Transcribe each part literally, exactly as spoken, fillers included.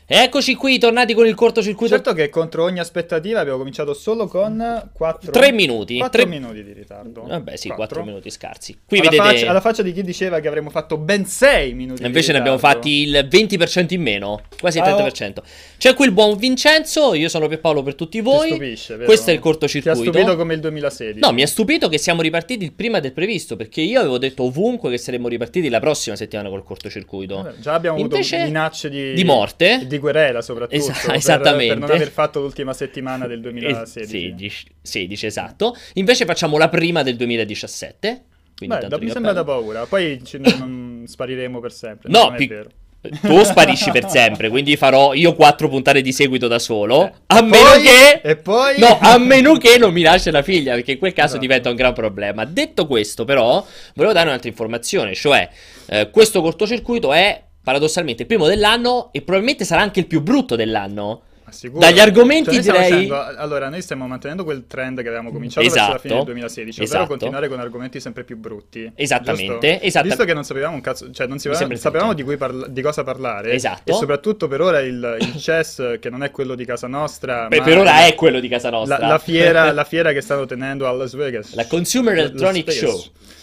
Eccoci qui, tornati con il cortocircuito. Certo che contro ogni aspettativa abbiamo cominciato solo con quattro tre minuti. quattro tre... minuti di ritardo. Vabbè sì, quattro minuti scarsi. Qui alla, vedete... faccia, alla faccia di chi diceva che avremmo fatto ben sei minuti e invece di ne abbiamo fatti il venti per cento in meno, quasi il trenta per cento. C'è qui il buon Vincenzo, io sono Pierpaolo per tutti voi. Ti stupisce, vero? Questo è il cortocircuito. Ti ha stupito come il duemilasedici? No, mi ha stupito che siamo ripartiti prima del previsto, perché io avevo detto ovunque che saremmo ripartiti la prossima settimana col cortocircuito. Vabbè, già abbiamo invece avuto minacce di, di morte, di querela soprattutto. Es- per, esattamente. Per non aver fatto l'ultima settimana del duemilasedici. sedici, esatto. Invece facciamo la prima del duemiladiciassette. Beh, da, mi sembra da paura. Poi ci, non spariremo per sempre. No, non è pi- vero. Tu sparisci per sempre, quindi farò io quattro puntate di seguito da solo. Eh. A poi, meno che. E poi. No, a meno che non mi lascia la figlia, perché in quel caso esatto. diventa un gran problema. Detto questo, però, volevo dare un'altra informazione. Cioè, eh, questo cortocircuito è paradossalmente il primo dell'anno e probabilmente sarà anche il più brutto dell'anno. Sicuro. Dagli argomenti cioè, direi facendo, allora noi stiamo mantenendo quel trend che avevamo cominciato esatto, verso la fine del duemilasedici, ovvero esatto. continuare con argomenti sempre più brutti. Esattamente, esatta- visto che non sapevamo un cazzo, cioè non sapevamo, sapevamo di, cui parla- di cosa parlare. Esatto. E soprattutto per ora il, il C E S, che non è quello di casa nostra, Beh, ma per ora è quello di casa nostra. La, la, fiera, la fiera che stanno tenendo a Las Vegas, la Consumer Electronic Show.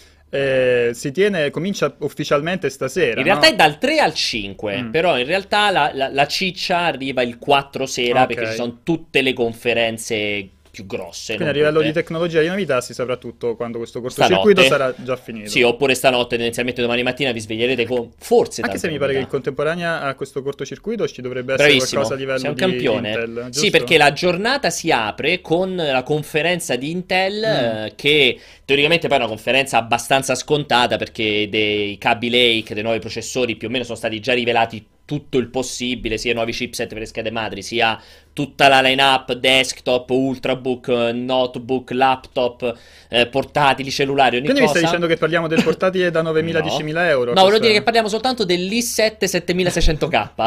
Eh, si tiene, comincia ufficialmente stasera. In realtà no? è dal tre al cinque, mm. però in realtà la, la, la ciccia arriva il quattro sera, okay, perché ci sono tutte le conferenze più grosse. Quindi a livello tutte. di tecnologia e di novità si saprà tutto quando questo cortocircuito sarà già finito. Sì, oppure stanotte, tendenzialmente domani mattina vi sveglierete con forse anche se mi novità. pare che in contemporanea a questo cortocircuito ci dovrebbe essere Bravissimo, qualcosa a livello sei un di campione. Intel, giusto? Sì, perché la giornata si apre con la conferenza di Intel, mm. eh, che teoricamente poi è una conferenza abbastanza scontata, perché dei Kaby Lake, dei nuovi processori più o meno sono stati già rivelati tutto il possibile, sia nuovi chipset per le schede madri, sia tutta la line-up desktop, ultrabook, notebook, laptop, eh, portatili, cellulari, ogni Quindi cosa. mi stai dicendo che parliamo del portatile da novemila no. diecimila euro? No, volevo dire che parliamo soltanto dell'i sette settemilaseicento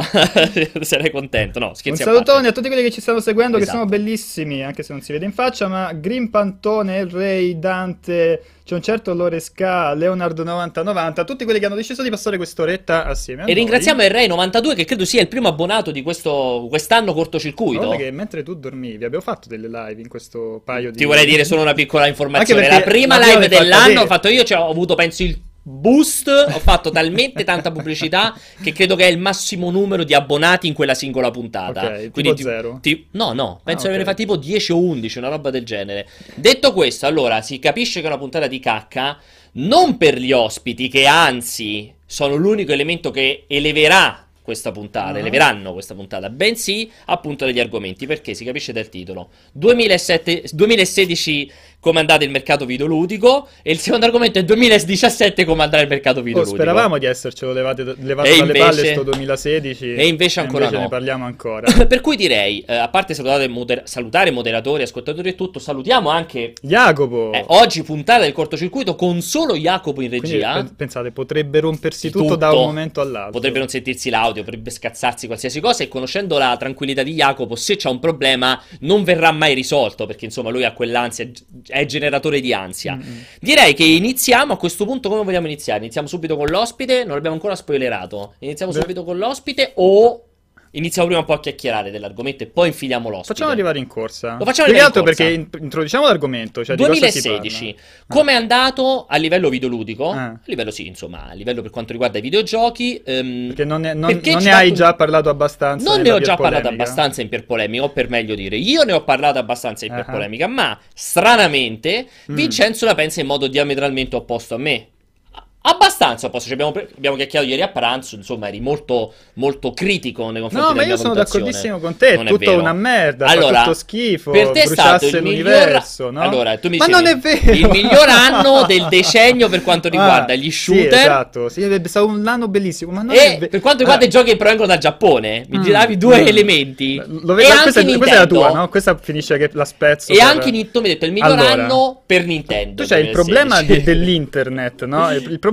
K. Sarei contento, no, scherzi un a salutone parte. a tutti quelli che ci stanno seguendo, esatto. che sono bellissimi, anche se non si vede in faccia, ma Green Pantone, El Rey, Dante, c'è un certo Loresca, Leonardo novanta novanta, tutti quelli che hanno deciso di passare quest'oretta assieme a e noi. ringraziamo il Rey novantadue, che credo sia il primo abbonato di questo quest'anno cortocircuito. Guarda che mentre tu dormivi abbiamo fatto delle live in questo paio di... Ti vorrei dire solo una piccola informazione. La prima la live dell'anno ho fatto io, cioè ho avuto penso il boost, ho fatto talmente tanta pubblicità che credo che è il massimo numero di abbonati in quella singola puntata. Ok, quindi tipo zero? Ti, no, no, penso ah, di okay. averne fatti tipo dieci o undici, una roba del genere. Detto questo, allora, si capisce che è una puntata di cacca, non per gli ospiti, che anzi sono l'unico elemento che eleverà questa puntata, uh-huh. eleveranno questa puntata, bensì appunto degli argomenti, perché si capisce dal titolo. duemilasette, duemilasedici come è andato il mercato videoludico, e il secondo argomento è duemiladiciassette come andrà il mercato videoludico. Oh, speravamo di essercelo levato, levato e dalle invece, palle sto duemilasedici, e invece ancora e invece no. ne parliamo ancora. Per cui direi, eh, a parte salutare, moder- salutare moderatori, ascoltatori e tutto, salutiamo anche Jacopo. Eh, oggi puntata del cortocircuito con solo Jacopo in regia. Quindi, pensate, potrebbe rompersi tutto, tutto da un momento all'altro. Potrebbe non sentirsi l'audio, potrebbe scazzarsi qualsiasi cosa, e conoscendo la tranquillità di Jacopo, se c'è un problema non verrà mai risolto, perché insomma lui ha quell'ansia, è generatore di ansia. Mm-hmm. Direi che iniziamo a questo punto. Come vogliamo iniziare? Iniziamo subito con l'ospite? Non l'abbiamo ancora spoilerato. Iniziamo Beh. subito con l'ospite o... iniziamo prima un po' a chiacchierare dell'argomento e poi infiliamo l'ospite. Facciamo arrivare in corsa. Lo facciamo Più che altro corsa. perché introduciamo l'argomento, cioè duemilasedici. Di cosa si come è ah. andato a livello videoludico? Ah. A livello sì, insomma, a livello per quanto riguarda i videogiochi. Um, perché non ne, non, perché non ne fatto... hai già parlato abbastanza. Non ne ho già polemica. parlato abbastanza in per polemica, o per meglio dire, io ne ho parlato abbastanza in per uh-huh. polemica, ma stranamente mm. Vincenzo la pensa in modo diametralmente opposto a me. Abbastanza opposto, ci abbiamo, pre- abbiamo chiacchierato ieri a pranzo, insomma eri molto, molto critico nei confronti no, della ma io sono valutazione. d'accordissimo con te, non è tutto una merda, allora, fa tutto schifo, per te è stato il l'universo, miglior... no? Allora, tu mi ma dicevi, non è vero! Il miglior anno del decennio per quanto riguarda ah, gli shooter. Sì, esatto, sì, è stato un anno bellissimo, ma non e è ve- per quanto riguarda ah. i giochi che provengono dal Giappone, mi mm, giravi due mm. elementi. Lo vedo, e questa, anche questa è la tua, no? Questa finisce che la spezzo. E per... anche tu mi hai detto il miglior allora, anno per Nintendo. Tu c'hai il problema de- dell'internet, no? Il, il problema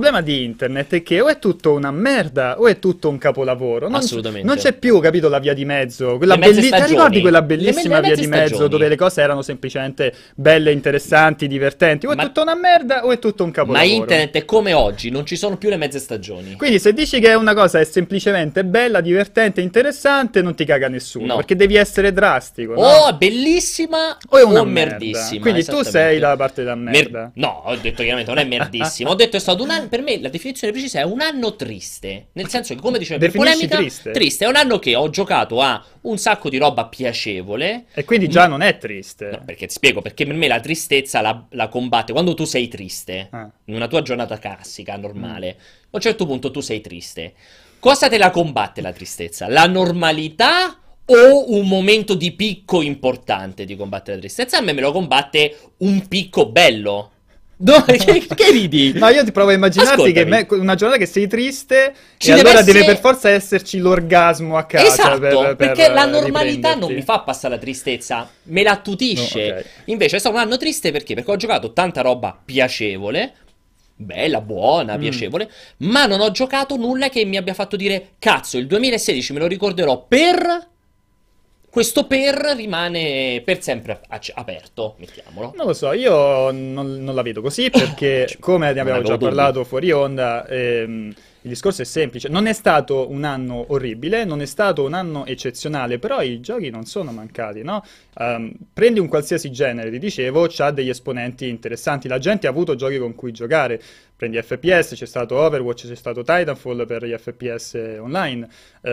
problema di internet è che o è tutto una merda o è tutto un capolavoro. Non Assolutamente. Non c'è più, capito, la via di mezzo. Quella Le mezze belli- ti stagioni. ricordi quella Le bellissima me- le via mezze di mezzo stagioni. dove le cose erano semplicemente belle, interessanti, divertenti? O è Ma- tutta una merda o è tutto un Ma capolavoro. internet è come oggi, non ci sono più le mezze stagioni. Quindi se dici che una cosa è semplicemente bella, divertente, interessante, non ti caga nessuno, No. perché devi essere drastico, no? O è bellissima O è una o merda. merdissima. Quindi tu esattamente. sei dalla parte della Mer- merda. no, ho detto chiaramente non è merdissimo. Ho detto è stato un anno. Per me la definizione precisa è un anno triste. Nel senso che, come dicevo, per Definisci polemica, triste? triste. È un anno che ho giocato a un sacco di roba piacevole. E quindi già non è triste. No, perché ti spiego, perché per me la tristezza la, la combatte quando tu sei triste, Ah. in una tua giornata classica, normale. A un certo punto tu sei triste. Cosa te la combatte la tristezza? La normalità o un momento di picco importante ti combatte la tristezza? A me me lo combatte un picco bello. No, che, che ridi? No, io ti provo a immaginarti che Ascoltami. me- una giornata che sei triste Ci e deve allora essere- deve per forza esserci l'orgasmo a casa. Esatto, per- per, perché la eh, normalità non riprenderti. mi fa passare la tristezza, me la attutisce. No, ok. Invece è stato un anno triste perché? Perché ho giocato tanta roba piacevole, bella, buona, Mm. piacevole, ma non ho giocato nulla che mi abbia fatto dire cazzo, il duemilasedici me lo ricorderò per... Questo per rimane per sempre ac- aperto, mettiamolo. Non lo so, io non, non la vedo così perché, come ne Non abbiamo avevo già dubbi. parlato fuori onda, ehm, il discorso è semplice. Non è stato un anno orribile, non è stato un anno eccezionale, però i giochi non sono mancati, no? Ehm, prendi un qualsiasi genere, ti dicevo, c'ha degli esponenti interessanti. La gente ha avuto giochi con cui giocare. Prendi F P S, c'è stato Overwatch, c'è stato Titanfall per gli F P S online,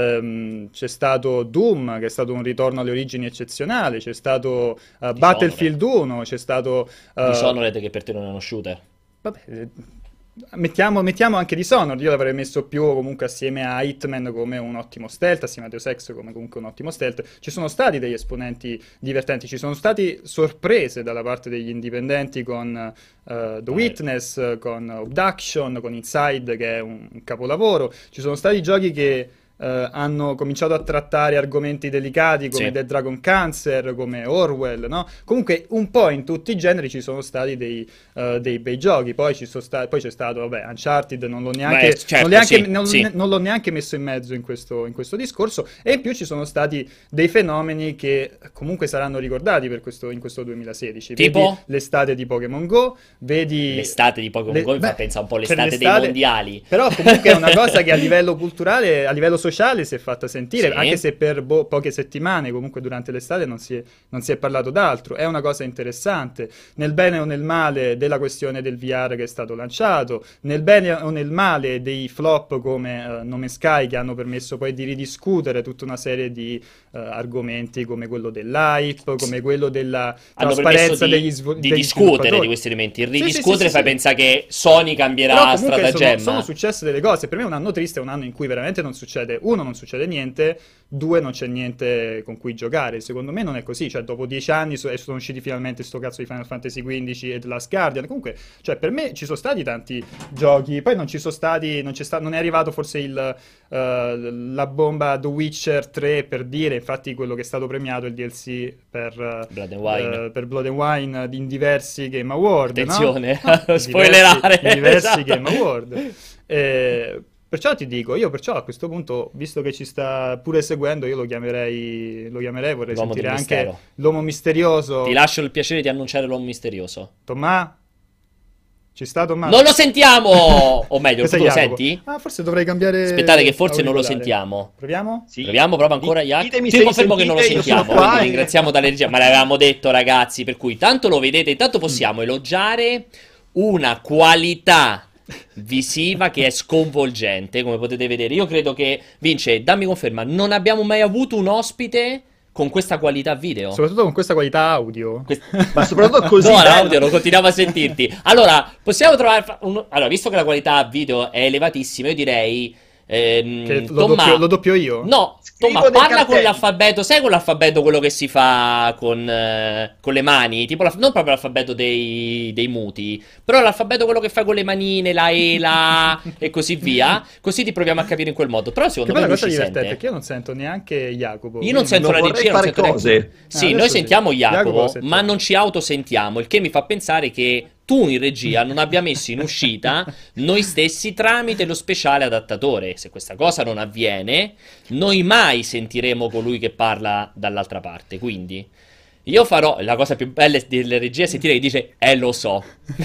ehm, c'è stato Doom, che è stato un ritorno alle origini eccezionale, c'è stato eh, Battlefield uno, c'è stato... eh, Dishonored che per te non è uno shooter. Vabbè, eh, mettiamo, mettiamo anche Dishonored, io l'avrei messo più comunque assieme a Hitman come un ottimo stealth, assieme a Deus Ex come comunque un ottimo stealth. Ci sono stati degli esponenti divertenti, ci sono stati sorprese dalla parte degli indipendenti con eh, The Witness, con Abduction, con Inside che è un capolavoro. Ci sono stati giochi che eh, hanno cominciato a trattare argomenti delicati come Sì. Dead Dragon Cancer, come Orwell, no? Comunque un po' in tutti i generi ci sono stati dei, eh, dei bei giochi, poi, ci sono sta- poi c'è stato, vabbè, Uncharted, non l'ho neanche, Beh, certo, non neanche- sì, non- sì. non l'ho neanche messo in mezzo in questo, in questo discorso, e in più ci sono stati dei fenomeni che comunque saranno ricordati per questo, in questo duemilasedici. Tipo? Vedi l'estate di Pokémon Go, vedi... L'estate di Pokémon le- Go mi fa beh, pensare un po' per all'estate dei l'estate- mondiali. Però comunque è una cosa che a livello culturale, a livello sociale si è fatta sentire, Sì. anche se per boh, poche settimane, comunque durante l'estate non si è, non si è parlato d'altro. È una cosa interessante, nel bene o nel male della questione del V R che è stato lanciato, nel bene o nel male dei flop come eh, No Man's Sky, che hanno permesso poi di ridiscutere tutta una serie di eh, argomenti come quello dell'hype, come quello della Hanno trasparenza permesso di, degli, svo- di degli discutere sviluppatori. di questi elementi. Il Sì, sì, ridiscutere sì, fa sì, sì. pensare che Sony cambierà Però comunque sono, stratagemma. sono successe delle cose. Per me un anno triste è un anno in cui veramente non succede, uno, non succede niente, due, non c'è niente con cui giocare. Secondo me non è così, cioè dopo dieci anni so- sono usciti finalmente sto cazzo di Final Fantasy quindici e The Last Guardian. Comunque, cioè per me ci sono stati tanti giochi, poi non ci sono stati, non, c'è sta- non è arrivato forse il, eh, la bomba The Witcher tre, per dire, infatti quello che è stato premiato è il D L C per eh, Blood and Wine. eh, per Blood and Wine in diversi Game Award, no? Attenzione No, a non in spoilerare. diversi, in diversi Esatto. Game Award. Eh, perciò ti dico, io perciò a questo punto, visto che ci sta pure seguendo, io lo chiamerei, lo chiamerei, vorrei L'uomo sentire del anche mistero. l'uomo misterioso. Ti lascio il piacere di annunciare l'uomo misterioso. Tomà? Ci sta Tomà? Non lo sentiamo! O meglio, Questo tu è lo Jacopo. senti? Ah, forse dovrei cambiare Aspettate che forse non lo auricolare. sentiamo. Proviamo? Sì. Proviamo, prova ancora Di- Jacopo. ditemi Ti se confermo mi che non lo sentite, io sono sentiamo, qua, quindi eh. ringraziamo dalla regia, ma l'avevamo detto ragazzi, per cui tanto lo vedete, intanto possiamo elogiare una qualità visiva che è sconvolgente, come potete vedere. Io credo che, Vince, dammi conferma, non abbiamo mai avuto un ospite con questa qualità video. Soprattutto con questa qualità audio. Quest- Ma soprattutto così No, bello. l'audio, non continuiamo a sentirti. Allora, possiamo trovare... fa- un- Allora, visto che la qualità video è elevatissima, io direi... ehm, Che lo, Tomma- doppio, lo doppio io? No, Scrivo Tomma, dei parla con cartelli. l'alfabeto. Sai con l'alfabeto quello che si fa con, eh, con le mani? Tipo, la- non proprio l'alfabeto dei, dei muti, però l'alfabeto quello che fai con le manine, la E, la A e così via. Così ti proviamo a capire in quel modo. Però Che secondo bella me lui cosa ci divertente, sente. perché io non sento neanche Jacopo. Io non quindi- sento non la vorrei regia, non fare sento neanche- cose. Sì, Ah, noi adesso sentiamo sì. Jacopo, Jacopo lo sento. ma non ci autosentiamo, il che mi fa pensare che tu in regia non abbia messo in uscita noi stessi tramite lo speciale adattatore. Se questa cosa non avviene, noi mai sentiremo colui che parla dall'altra parte. Quindi io farò, la cosa più bella delle regie è sentire che dice eh lo so.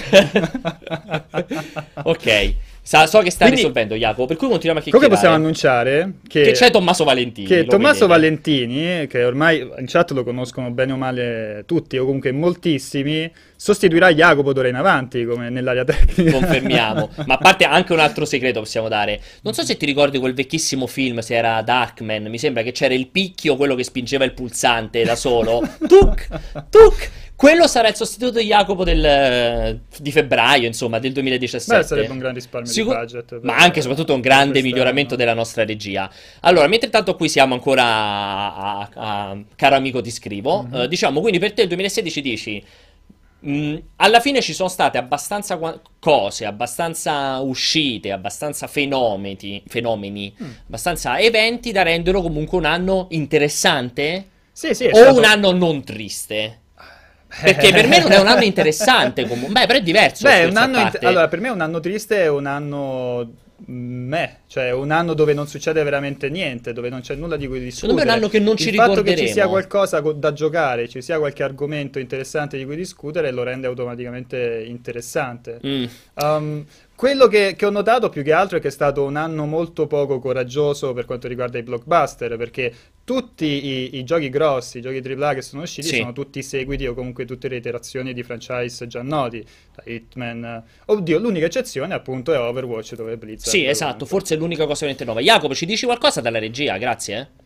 Ok, Sa- so che sta Quindi- risolvendo Jacopo, per cui continuiamo a Comunque chiacchierare. possiamo annunciare che, Che c'è Tommaso Valentini. che lo Tommaso vedete. Valentini, che ormai in chat lo conoscono bene o male tutti, o comunque moltissimi, sostituirà Jacopo d'ora in avanti, come nell'area tecnica. Confermiamo. Ma a parte anche un altro segreto possiamo dare. Non so se ti ricordi quel vecchissimo film, se era Darkman, mi sembra che c'era il picchio, quello che spingeva il pulsante da solo. Tuc, tuc. Quello sarà il sostituto di Jacopo del, di febbraio, insomma, del duemiladiciassette. Beh, sarebbe un gran risparmio Sicur- di budget. per- Ma anche e soprattutto un grande quest'anno. miglioramento della nostra regia. Allora, mentre tanto qui siamo ancora a, a- a- caro amico ti scrivo, Mhm. eh, diciamo, quindi per te il duemilasedici dici, mh, alla fine ci sono state abbastanza qua- cose, abbastanza uscite, abbastanza fenomeni, fenomeni, Mm. abbastanza eventi da renderlo comunque un anno interessante Sì, sì, è o stato- un anno non triste? Perché per me non è un anno interessante comunque. Beh, però è diverso. Beh, scherzi un a anno int- parte. allora, per me un anno triste è un anno me, cioè un anno dove non succede veramente niente, dove non c'è nulla di cui discutere. Secondo me è un anno che non ci Il fatto che ci sia ricorderemo. qualcosa co- da giocare, ci sia qualche argomento interessante di cui discutere, lo rende automaticamente interessante. Mm. Um, quello che, che ho notato più che altro è che è stato un anno molto poco coraggioso per quanto riguarda i blockbuster, perché tutti i, i giochi grossi, i giochi tripla A che sono usciti, Sì. sono tutti seguiti o comunque tutte reiterazioni di franchise già noti, da Hitman. eh. Oddio, l'unica eccezione appunto è Overwatch, dove Blizzard... Sì, esatto, forse è l'unica cosa veramente nuova. Jacopo, ci dici qualcosa dalla regia? Grazie. eh.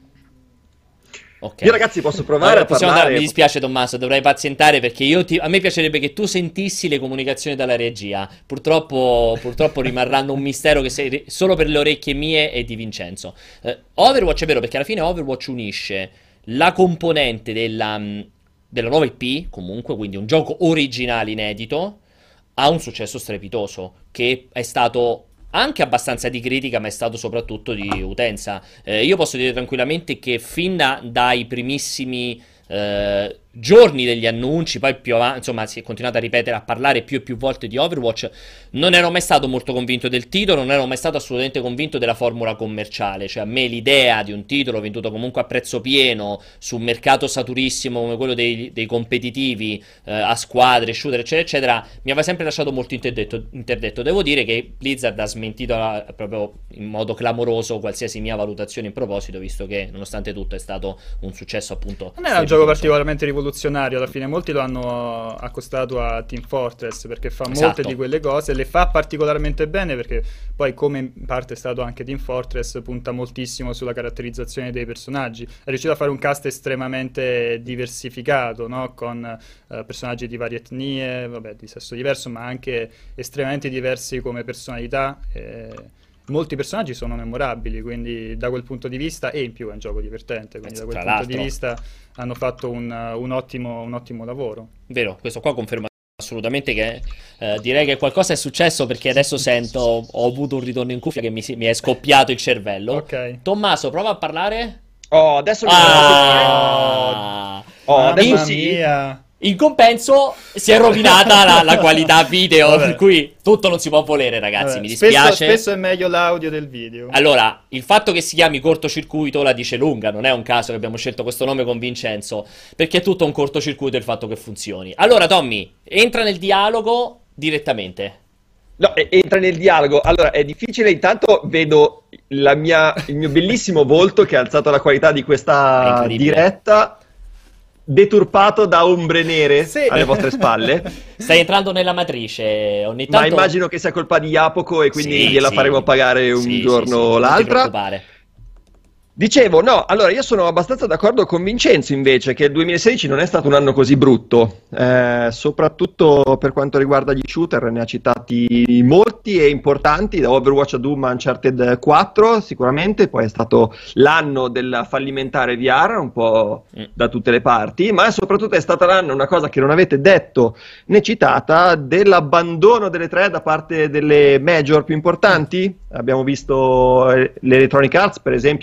Ok. Io ragazzi posso provare Allora, a possiamo parlare... andare- Mi dispiace Tommaso, dovrai pazientare perché io ti- a me piacerebbe che tu sentissi le comunicazioni dalla regia. Purtroppo, purtroppo rimarranno un mistero che sei solo per le orecchie mie e di Vincenzo. Eh, Overwatch è vero perché alla fine Overwatch unisce la componente della, mh, della nuova I P, comunque, quindi un gioco originale inedito, ha un successo strepitoso che è stato anche abbastanza di critica, ma è stato soprattutto di utenza. Eh, io posso dire tranquillamente che fin da- dai primissimi eh, giorni degli annunci, poi più avanti, insomma, si è continuato a ripetere, a parlare più e più volte di Overwatch. Non ero mai stato molto convinto del titolo, non ero mai stato assolutamente convinto della formula commerciale. Cioè, a me l'idea di un titolo venduto comunque a prezzo pieno su un mercato saturissimo come quello dei, dei competitivi eh, a squadre, shooter, eccetera, eccetera, mi aveva sempre lasciato molto interdetto. interdetto. Devo dire che Blizzard ha smentito la- proprio in modo clamoroso qualsiasi mia valutazione in proposito, visto che nonostante tutto è stato un successo appunto. Non era un gioco particolarmente rivoluzionario, alla fine molti lo hanno accostato a Team Fortress perché fa molte Esatto. di quelle cose, le fa particolarmente bene perché poi, come in parte è stato anche Team Fortress, punta moltissimo sulla caratterizzazione dei personaggi, è riuscito a fare un cast estremamente diversificato, no? Con eh, personaggi di varie etnie, vabbè, di sesso diverso, ma anche estremamente diversi come personalità. eh, Molti personaggi sono memorabili, quindi da quel punto di vista, e in più è un gioco divertente, quindi da quel Tra punto di l'altro. vista hanno fatto un, un ottimo, un ottimo lavoro. Vero, questo qua conferma assolutamente che eh, direi che qualcosa è successo perché adesso sento, ho avuto un ritorno in cuffia che mi, si- mi è scoppiato il cervello. Ok. Tommaso, prova a parlare. Oh, adesso mi Ah! Oh, Mamma adesso in, sì. mia. in compenso si è rovinata la, la qualità video, Vabbè. per cui tutto non si può volere, ragazzi, Vabbè, mi spesso, dispiace. spesso è meglio l'audio del video. Allora, il fatto che si chiami cortocircuito la dice lunga, non è un caso che abbiamo scelto questo nome con Vincenzo, perché è tutto un cortocircuito il fatto che funzioni. Allora, Tommy, entra nel dialogo direttamente. No, e- entra nel dialogo. Allora, è difficile. Intanto vedo la mia, il mio bellissimo volto che ha alzato la qualità di È questa incredibile. diretta, deturpato da ombre nere Sì. alle vostre spalle. Stai entrando nella matrice, ogni Ma tanto... immagino che sia colpa di Jacopo e quindi Sì, gliela sì. faremo pagare un Sì, sì, giorno sì, o non ti l'altra. preoccupare. Dicevo, no, allora io sono abbastanza d'accordo con Vincenzo invece che il duemilasedici non è stato un anno così brutto, eh, soprattutto per quanto riguarda gli shooter, ne ha citati molti e importanti, da Overwatch a Doom a Uncharted quattro sicuramente, poi è stato l'anno del fallimentare V R, un po' Mm. da tutte le parti, ma soprattutto è stata l'anno, una cosa che non avete detto né citata, dell'abbandono delle tre da parte delle major più importanti. Abbiamo visto eh, l'Electronic Arts per esempio che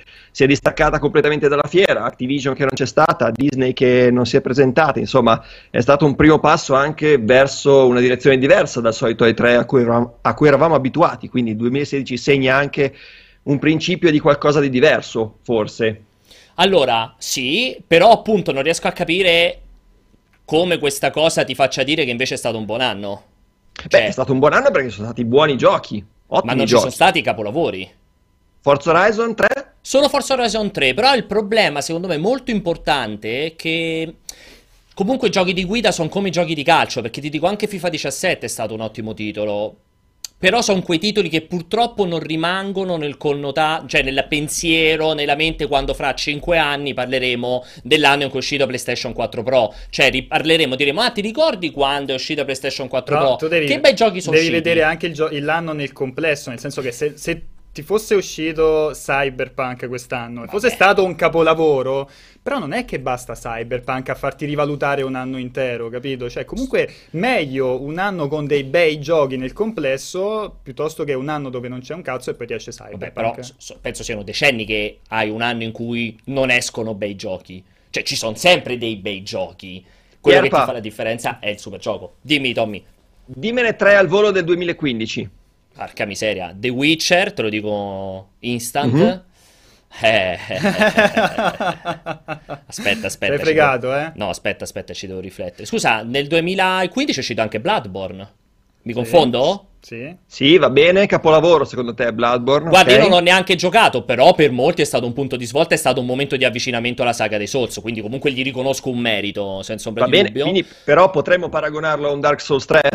si è distaccata completamente dalla fiera, Activision che non c'è stata, Disney che non si è presentata, insomma è stato un primo passo anche verso una direzione diversa dal solito E tre a cui eravamo, a cui eravamo abituati, quindi il duemilasedici segna anche un principio di qualcosa di diverso, forse. Allora, sì, però appunto non riesco a capire come questa cosa ti faccia dire che invece è stato un buon anno. Beh, Cioè, è stato un buon anno perché sono stati buoni giochi, ma ottimi non ci giochi. sono stati capolavori. Forza Horizon tre? Solo Forza Horizon tre, però il problema secondo me molto importante è che comunque i giochi di guida sono come i giochi di calcio, perché ti dico anche FIFA diciassette è stato un ottimo titolo, però sono quei titoli che purtroppo non rimangono nel connotato, cioè nel pensiero, nella mente quando fra cinque anni parleremo dell'anno in cui è uscito PlayStation quattro Pro, cioè riparleremo, diremo ah ti ricordi quando è uscito PlayStation quattro Però Pro? tu devi, Che bei giochi sono devi usciti. vedere anche il gio- l'anno nel complesso, nel senso che se, se ti fosse uscito Cyberpunk quest'anno, e fosse Vabbè. stato un capolavoro, però non è che basta Cyberpunk a farti rivalutare un anno intero, capito? Cioè comunque meglio un anno con dei bei giochi nel complesso piuttosto che un anno dove non c'è un cazzo e poi ti esce Vabbè, Cyberpunk. però so- so- penso siano decenni che hai un anno in cui non escono bei giochi. Cioè, ci sono sempre dei bei giochi. Quello che ti Pierpa, fa la differenza è il supergioco. Dimmi, Tommy. dimmene tre al volo del duemilaquindici. Porca miseria. The Witcher, te lo dico instant. Mhm. Eh, Aspetta, aspetta. Sei ci fregato, devo- eh? No, aspetta, aspetta, ci devo riflettere. Scusa, nel duemilaquindici è uscito anche Bloodborne. Mi confondo? Sì. Sì, va bene, capolavoro secondo te Bloodborne? Guarda, ok. io non l'ho neanche giocato, però per molti è stato un punto di svolta, è stato un momento di avvicinamento alla saga dei Souls, quindi comunque gli riconosco un merito, senza ombra Va di bene, dubbio. quindi però potremmo paragonarlo a un Dark Souls tre?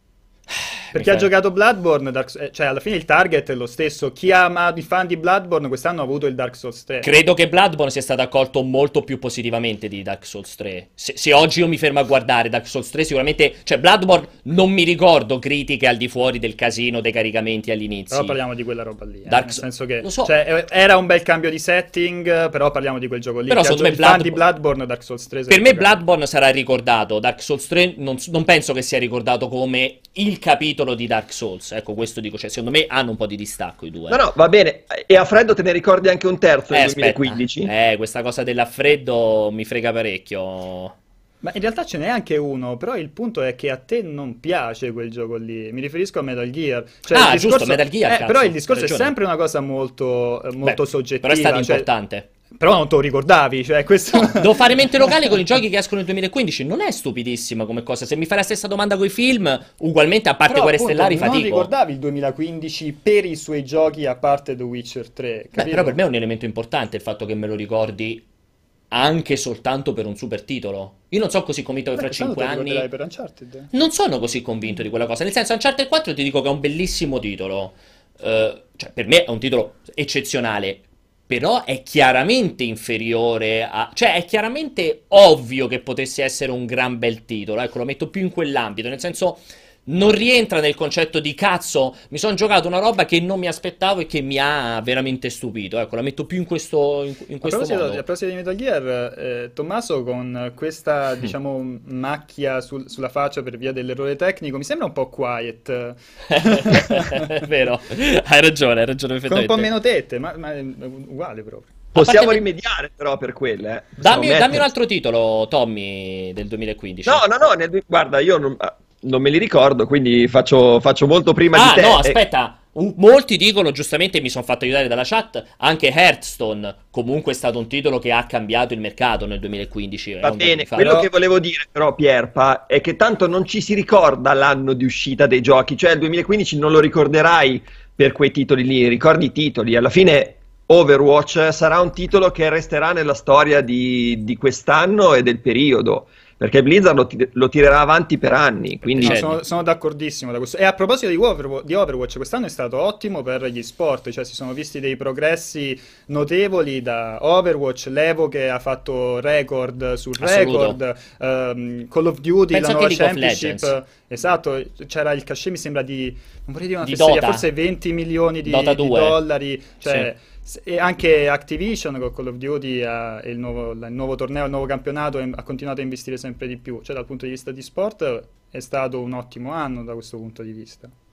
Per Mi chi ha fa- giocato Bloodborne, Dark- eh, cioè alla fine il target è lo stesso. Chi ha amato i fan di Bloodborne quest'anno ha avuto il Dark Souls tre. Credo che Bloodborne sia stato accolto molto più positivamente di Dark Souls tre. Se, se oggi io mi fermo a guardare Dark Souls tre, sicuramente, cioè Bloodborne non mi ricordo critiche al di fuori del casino dei caricamenti all'inizio. Però parliamo di quella roba lì, eh, Dark nel So- senso che lo so. cioè, eh, era un bel cambio di setting, però parliamo di quel gioco lì. Però Chi ha secondo gio- me i fan di Bloodborne- Bloodborne, Dark Souls tre. se Per l'è me giocato. Bloodborne sarà ricordato, Dark Souls tre non, non penso che sia ricordato come il capitolo di Dark Souls, ecco questo dico, cioè secondo me hanno un po' di distacco i due. No, no, va bene. E a freddo te ne ricordi anche un terzo Eh, nel aspetta. duemilaquindici? Eh, questa cosa dell'affreddo mi frega parecchio. Ma in realtà ce n'è anche uno, però il punto è che a te non piace quel gioco lì. Mi riferisco a Metal Gear. Cioè, Ah, il giusto, Metal Gear, eh, cazzo, però il discorso hai è ragione. sempre una cosa molto, eh, molto Beh, soggettiva. però è stato cioè- importante. Però non te lo ricordavi, cioè questo... Devo fare mente locale con i giochi che escono nel duemilaquindici. Non è stupidissima come cosa. Se mi fai la stessa domanda con i film, ugualmente, a parte Però, Guerre appunto, Stellari, non fatico. ricordavi il duemilaquindici per i suoi giochi a parte The Witcher tre, Beh, capito? però per me è un elemento importante il fatto che me lo ricordi anche soltanto per un super titolo. Io non sono così convinto che Beh, fra quest'anno cinque te lo anni. ricorderai per Uncharted. Non sono così convinto di quella cosa. Nel senso, Uncharted quattro ti dico che è un bellissimo titolo. Eh, cioè, per me è un titolo eccezionale. Però è chiaramente inferiore a. Cioè, è chiaramente ovvio che potesse essere un gran bel titolo. Ecco, lo metto più in quell'ambito. Nel senso, non rientra nel concetto di cazzo, mi sono giocato una roba che non mi aspettavo e che mi ha veramente stupito. Ecco, la metto più in questo, in, in A questo proposito, modo. a proposito di Metal Gear, eh, Tommaso con questa, diciamo, macchia sul- sulla faccia per via dell'errore tecnico, mi sembra un po' quiet, È vero, hai ragione, hai ragione con un po' perfettamente. meno tette, ma, ma è uguale proprio. Possiamo parte- rimediare però per quelle. Eh. Possiamo Dammi, dammi mettere- un altro titolo, Tommy, del duemilaquindici. No, no, no, nel- guarda, io non, ah, non me li ricordo, quindi faccio, faccio molto prima Ah, di te. no, E- aspetta. Un- molti dicono, giustamente mi sono fatto aiutare dalla chat, anche Hearthstone comunque è stato un titolo che ha cambiato il mercato nel duemilaquindici. è Va un dato bene, di fatto. quello che volevo dire però Pierpa è che tanto non ci si ricorda l'anno di uscita dei giochi, cioè il duemilaquindici non lo ricorderai per quei titoli lì, ricordi i titoli, alla fine Overwatch sarà un titolo che resterà nella storia di, di quest'anno e del periodo, perché Blizzard lo, ti- lo tirerà avanti per anni, quindi No, Certo. sono, sono d'accordissimo da questo. E a proposito di Overwatch, di Overwatch, quest'anno è stato ottimo per gli sport, cioè si sono visti dei progressi notevoli da Overwatch, l'Evo che ha fatto record sul Assoluto. record, ehm, Call of Duty, Penso la anche nuova League of Championship, Legends. esatto, c'era il cachet mi sembra di, non vorrei dire una Di fesseria, Dota. forse venti milioni di, Dota di due. dollari, cioè... s- E anche Activision con Call of Duty ha il nuovo, il nuovo torneo, il nuovo campionato e ha continuato a investire sempre di più. Cioè dal punto di vista di sport è stato un ottimo anno da questo punto di vista.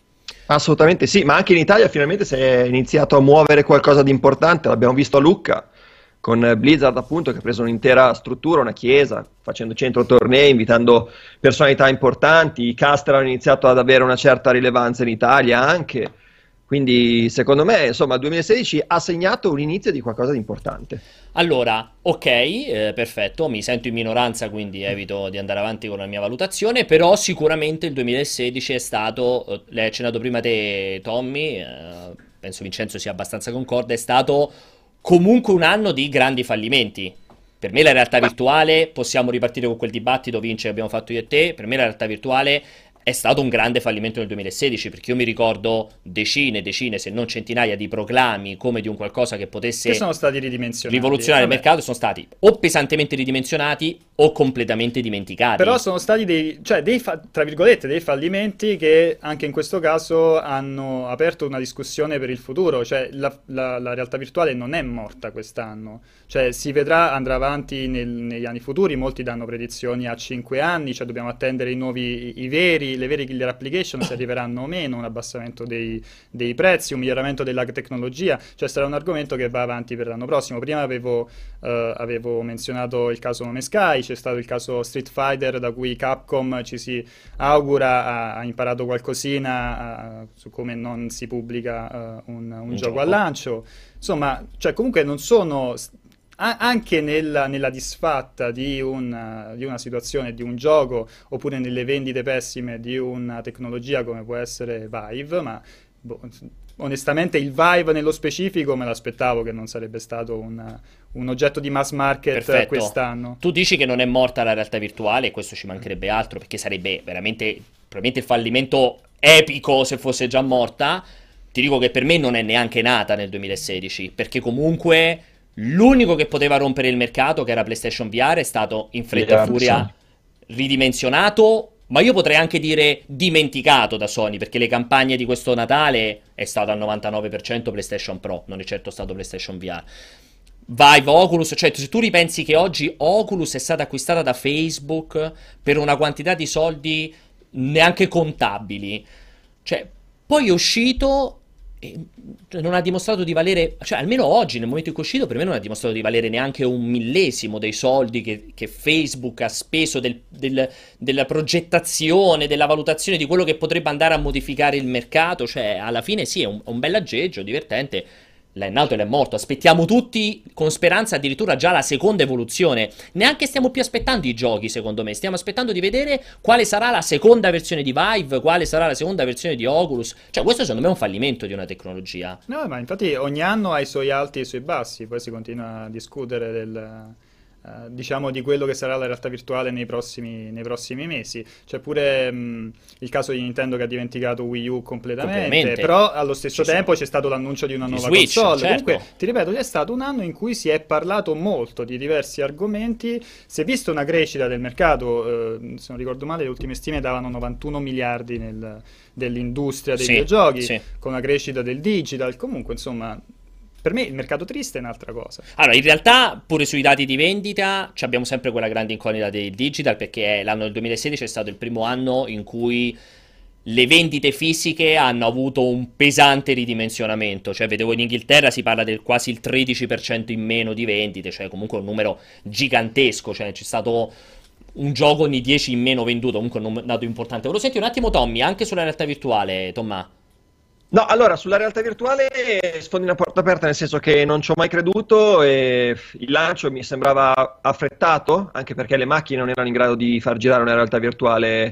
Assolutamente sì, ma anche in Italia finalmente si è iniziato a muovere qualcosa di importante, l'abbiamo visto a Lucca con Blizzard appunto che ha preso un'intera struttura, una chiesa, facendo cento tornei, invitando personalità importanti, i caster hanno iniziato ad avere una certa rilevanza in Italia anche, quindi secondo me insomma il duemilasedici ha segnato un inizio di qualcosa di importante. Allora, ok, eh, perfetto, mi sento in minoranza, quindi evito di andare avanti con la mia valutazione, però sicuramente il duemilasedici è stato, eh, l'hai accennato prima te, Tommy, eh, penso Vincenzo sia abbastanza concorde, è stato comunque un anno di grandi fallimenti. Per me la realtà virtuale, possiamo ripartire con quel dibattito, Vince, che abbiamo fatto io e te, per me la realtà virtuale è stato un grande fallimento nel duemilasedici, perché io mi ricordo decine, decine, se non centinaia di proclami come di un qualcosa che potesse Che sono stati ridimensionati. rivoluzionare il Vabbè. mercato, sono stati o pesantemente ridimensionati o completamente dimenticati. Però sono stati dei, cioè dei, fa- tra virgolette, dei fallimenti che anche in questo caso hanno aperto una discussione per il futuro. Cioè la, la- la realtà virtuale non è morta quest'anno. Cioè si vedrà, andrà avanti nel- negli anni futuri. Molti danno predizioni a cinque anni, cioè dobbiamo attendere i nuovi, i, i veri, le vere killer application, se arriveranno o meno, un abbassamento dei, dei prezzi, un miglioramento della tecnologia. Cioè sarà un argomento che va avanti per l'anno prossimo. Prima avevo, eh, avevo menzionato il caso Nome Sky, c'è stato il caso Street Fighter da cui Capcom ci si augura ha, ha imparato qualcosina, eh, su come non si pubblica eh, un, un Un gioco gioco. al lancio. Insomma, cioè comunque non sono a- anche nella, nella disfatta di una, di una situazione, di un gioco, oppure nelle vendite pessime di una tecnologia come può essere Vive, ma boh, onestamente il Vive nello specifico me l'aspettavo che non sarebbe stato un, un oggetto di mass market Perfetto. quest'anno. Tu dici che non è morta la realtà virtuale, e questo ci mancherebbe altro, perché sarebbe veramente probabilmente il fallimento epico se fosse già morta. Ti dico che per me non è neanche nata nel duemilasedici, perché comunque l'unico che poteva rompere il mercato, che era PlayStation V R, è stato in fretta e Esatto, furia ridimensionato, ma io potrei anche dire dimenticato da Sony, perché le campagne di questo Natale è stato al novantanove per cento PlayStation Pro, non è certo stato PlayStation V R. Vive, Oculus, cioè se tu ripensi che oggi Oculus è stata acquistata da Facebook per una quantità di soldi neanche contabili, cioè poi è uscito e cioè, non ha dimostrato di valere, cioè almeno oggi nel momento in cui è uscito per me non ha dimostrato di valere neanche un millesimo dei soldi che, che Facebook ha speso del- del- della progettazione, della valutazione di quello che potrebbe andare a modificare il mercato. Cioè alla fine sì, è un, un bel aggeggio, divertente. L'è nato e l'è morto. Aspettiamo tutti con speranza addirittura già la seconda evoluzione. Neanche stiamo più aspettando i giochi, secondo me. Stiamo aspettando di vedere quale sarà la seconda versione di Vive, quale sarà la seconda versione di Oculus. Cioè, questo secondo me è un fallimento di una tecnologia. No, ma infatti ogni anno ha i suoi alti e i suoi bassi, poi si continua a discutere del, eh, diciamo di quello che sarà la realtà virtuale nei prossimi, nei prossimi mesi. C'è pure mh, il caso di Nintendo che ha dimenticato Wii U completamente, Completamente. però allo stesso Ci tempo sono. c'è stato l'annuncio di una Di nuova Switch, console. certo. Comunque, ti ripeto, è stato un anno in cui si è parlato molto di diversi argomenti, si è vista una crescita del mercato, eh, se non ricordo male le ultime stime davano novantuno miliardi nel- dell'industria dei Sì, videogiochi, sì. con la crescita del digital, comunque insomma, per me il mercato triste è un'altra cosa. Allora, in realtà, pure sui dati di vendita, ci abbiamo sempre quella grande incognita del digital, perché l'anno del duemilasedici è stato il primo anno in cui le vendite fisiche hanno avuto un pesante ridimensionamento. Cioè, vedevo in Inghilterra si parla del quasi il tredici per cento in meno di vendite, cioè comunque un numero gigantesco. Cioè, c'è stato un gioco ogni dieci in meno venduto, comunque un dato importante. Volevo sentire un attimo Tommy, anche sulla realtà virtuale, Tomma. No, allora, sulla realtà virtuale sfondi una porta aperta, nel senso che non ci ho mai creduto e il lancio mi sembrava affrettato, anche perché le macchine non erano in grado di far girare una realtà virtuale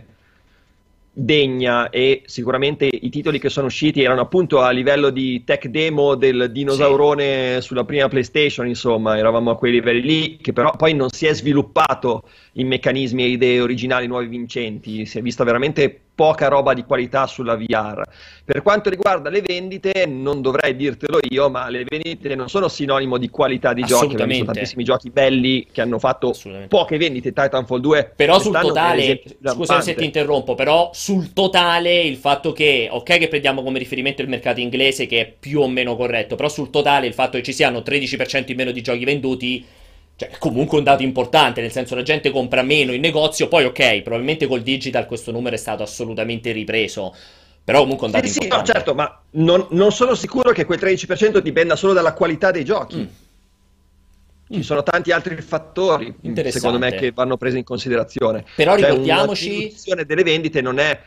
degna e sicuramente i titoli che sono usciti erano appunto a livello di tech demo del dinosaurone sulla prima PlayStation, insomma, eravamo a quei livelli lì, che però poi non si è sviluppato in meccanismi e idee originali nuovi vincenti, si è vista veramente poca roba di qualità sulla V R. Per quanto riguarda le vendite, non dovrei dirtelo io, ma le vendite non sono sinonimo di qualità di giochi. Abbiamo visto Assolutamente. tantissimi giochi belli che hanno fatto Assolutamente. poche vendite. Titanfall due Però sul quest'anno è totale, l'esempio più scusami se lampante. ti interrompo, però sul totale il fatto che, ok che prendiamo come riferimento il mercato inglese che è più o meno corretto, però sul totale il fatto che ci siano tredici per cento in meno di giochi venduti, cioè è comunque un dato importante, nel senso la gente compra meno in negozio, poi ok, probabilmente col digital questo numero è stato assolutamente ripreso, Però comunque un dato Sì, sì, no, importante. certo, ma non, non sono sicuro che quel tredici per cento dipenda solo dalla qualità dei giochi. Mm. Ci sono tanti altri fattori, Interessante. secondo me, che vanno presi in considerazione. Però Cioè, ricordiamoci... una diminuzione delle vendite non è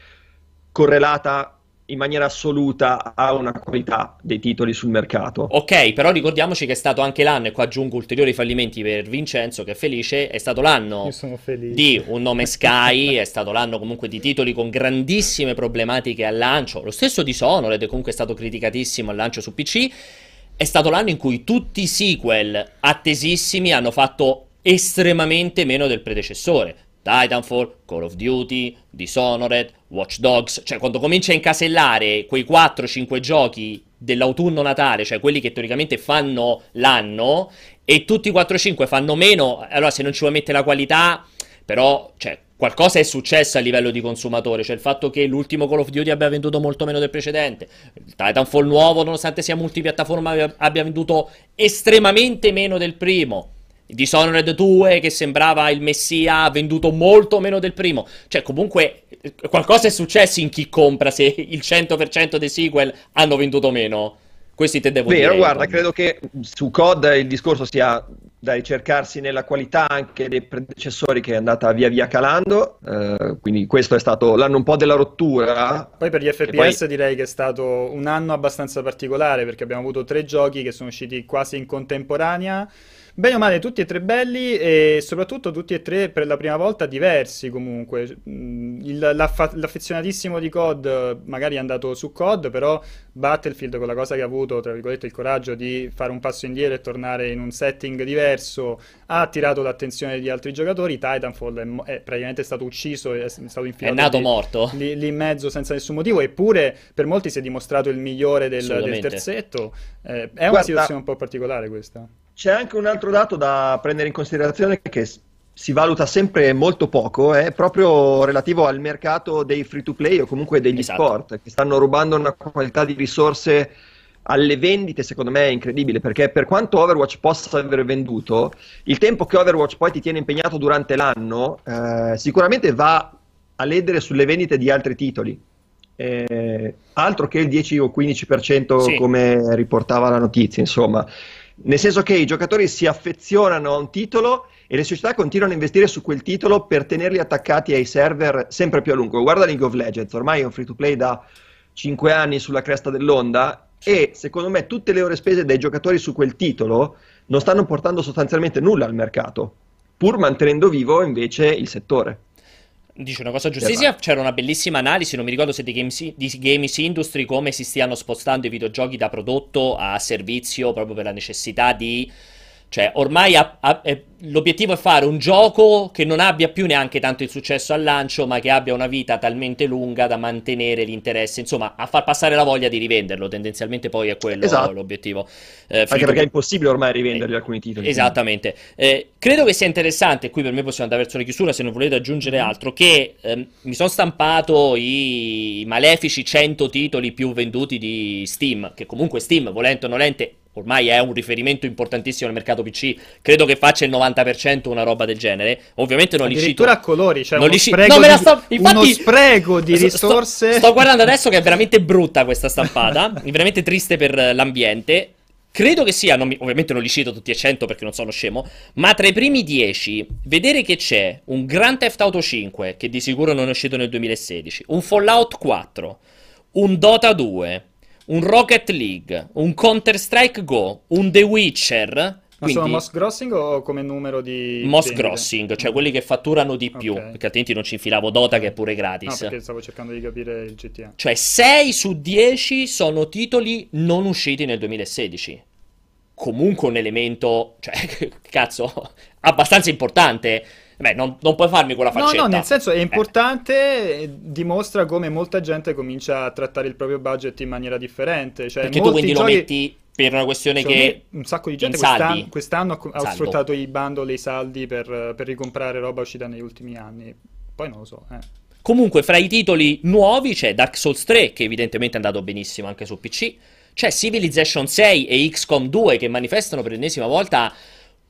correlata in maniera assoluta a una qualità dei titoli sul mercato. Ok, però ricordiamoci che è stato anche l'anno, e qua aggiungo ulteriori fallimenti per Vincenzo che è felice, è stato l'anno Io sono felice. di Un Nome Sky, è stato l'anno comunque di titoli con grandissime problematiche al lancio, lo stesso Dishonored comunque è stato criticatissimo al lancio su P C, è stato l'anno in cui tutti i sequel attesissimi hanno fatto estremamente meno del predecessore. Titanfall, Call of Duty, Dishonored, Watch Dogs, cioè quando cominci a incasellare quei quattro cinque giochi dell'autunno-natale, cioè quelli che teoricamente fanno l'anno, e tutti i quattro cinque fanno meno, allora se non ci vuoi mettere la qualità, però, cioè, qualcosa è successo a livello di consumatore, cioè il fatto che l'ultimo Call of Duty abbia venduto molto meno del precedente, il Titanfall nuovo, nonostante sia multipiattaforma, abbia- abbia venduto estremamente meno del primo. Dishonored due, che sembrava il messia, ha venduto molto meno del primo. Cioè, comunque, eh, qualcosa è successo in chi compra se il cento per cento dei sequel hanno venduto meno. Questi te devo Vero, dire. guarda, Tom. credo che su C O D il discorso sia da ricercarsi nella qualità anche dei predecessori, che è andata via via calando, eh, quindi questo è stato l'anno un po' della rottura. Poi per gli che F P S poi- direi che è stato un anno abbastanza particolare, perché abbiamo avuto tre giochi che sono usciti quasi in contemporanea, bene o male tutti e tre belli, e soprattutto tutti e tre per la prima volta diversi comunque. Mm, il- l'affa- l'affezionatissimo di C O D magari è andato su C O D, però Battlefield, con la cosa che ha avuto, tra virgolette, il coraggio di fare un passo indietro e tornare in un setting diverso, ha attirato l'attenzione di altri giocatori. Titanfall è, mo- è praticamente stato ucciso, è stato È infilato nato lì- morto. lì, lì in mezzo senza nessun motivo, eppure per molti si è dimostrato il migliore del, del Assolutamente. terzetto. Eh, è una Guarda, situazione un po' particolare questa. c'è anche un altro dato da prendere in considerazione che s- si valuta sempre molto poco, è proprio relativo al mercato dei free to play o comunque degli Esatto. sport, che stanno rubando una qualità di risorse alle vendite, secondo me è incredibile, perché per quanto Overwatch possa aver venduto, il tempo che Overwatch poi ti tiene impegnato durante l'anno eh, sicuramente va a ledere sulle vendite di altri titoli. Eh, altro che il dieci o quindici per cento Sì. come riportava la notizia, insomma. Nel senso che i giocatori si affezionano a un titolo e le società continuano a investire su quel titolo per tenerli attaccati ai server sempre più a lungo. Guarda League of Legends, ormai è un free to play da cinque anni sulla cresta dell'onda, e secondo me tutte le ore spese dai giocatori su quel titolo non stanno portando sostanzialmente nulla al mercato, pur mantenendo vivo invece il settore. Dice una cosa giustissima, c'era una bellissima analisi, non mi ricordo se di Games, di Games Industry, come si stiano spostando i videogiochi da prodotto a servizio, proprio per la necessità di... Cioè, ormai ha- ha- è- l'obiettivo è fare un gioco che non abbia più neanche tanto il successo al lancio, ma che abbia una vita talmente lunga da mantenere l'interesse, insomma, a far passare la voglia di rivenderlo, tendenzialmente poi è quello Esatto. l'obiettive. Eh, Anche free to- perché è impossibile ormai rivenderli Eh, alcuni titoli. Esattamente. Eh, credo che sia interessante, e qui per me possiamo andare verso la chiusura se non volete aggiungere altro, che ehm, mi sono stampato i malefici cento titoli più venduti di Steam, che comunque Steam, volente o nolente, ormai è un riferimento importantissimo nel mercato P C, credo che faccia il novanta per cento una roba del genere. Ovviamente non li cito. Addirittura a colori, cioè non uno li ci- spreco No, me la di- sto- infatti- uno spreco di sto- risorse. Sto, sto guardando adesso che è veramente brutta questa stampata, è veramente triste per l'ambiente. Credo che sia, non mi- ovviamente non li cito tutti e cento perché non sono scemo, ma tra i primi dieci, vedere che c'è un Grand Theft Auto cinque, che di sicuro non è uscito nel duemilasedici, un Fallout quattro, un Dota due, un Rocket League, un Counter-Strike Go, un The Witcher, Ma quindi sono most grossing o come numero di most vendite? grossing, cioè quelli che fatturano di più, Ok. perché altrimenti non ci infilavo Dota che è pure No, gratis. perché stavo cercando di capire il G T A. Cioè sei su dieci sono titoli non usciti nel duemilasedici. Comunque un elemento, cioè, cazzo, abbastanza importante. Beh, non, non puoi farmi quella No, faccetta. no, nel senso è Eh, importante, eh, dimostra come molta gente comincia a trattare il proprio budget in maniera differente. Cioè, perché tu molti quindi lo giochi- metti per una questione secondo che... me un sacco di gente in saldi. quest'anno, quest'anno ha co- ha Saldo. sfruttato i bundle e i saldi per, per ricomprare roba uscita negli ultimi anni. Poi non lo so, eh. Comunque, fra i titoli nuovi c'è Dark Souls tre, che evidentemente è andato benissimo anche su P C. C'è Civilization sei e X COM due, che manifestano per l'ennesima volta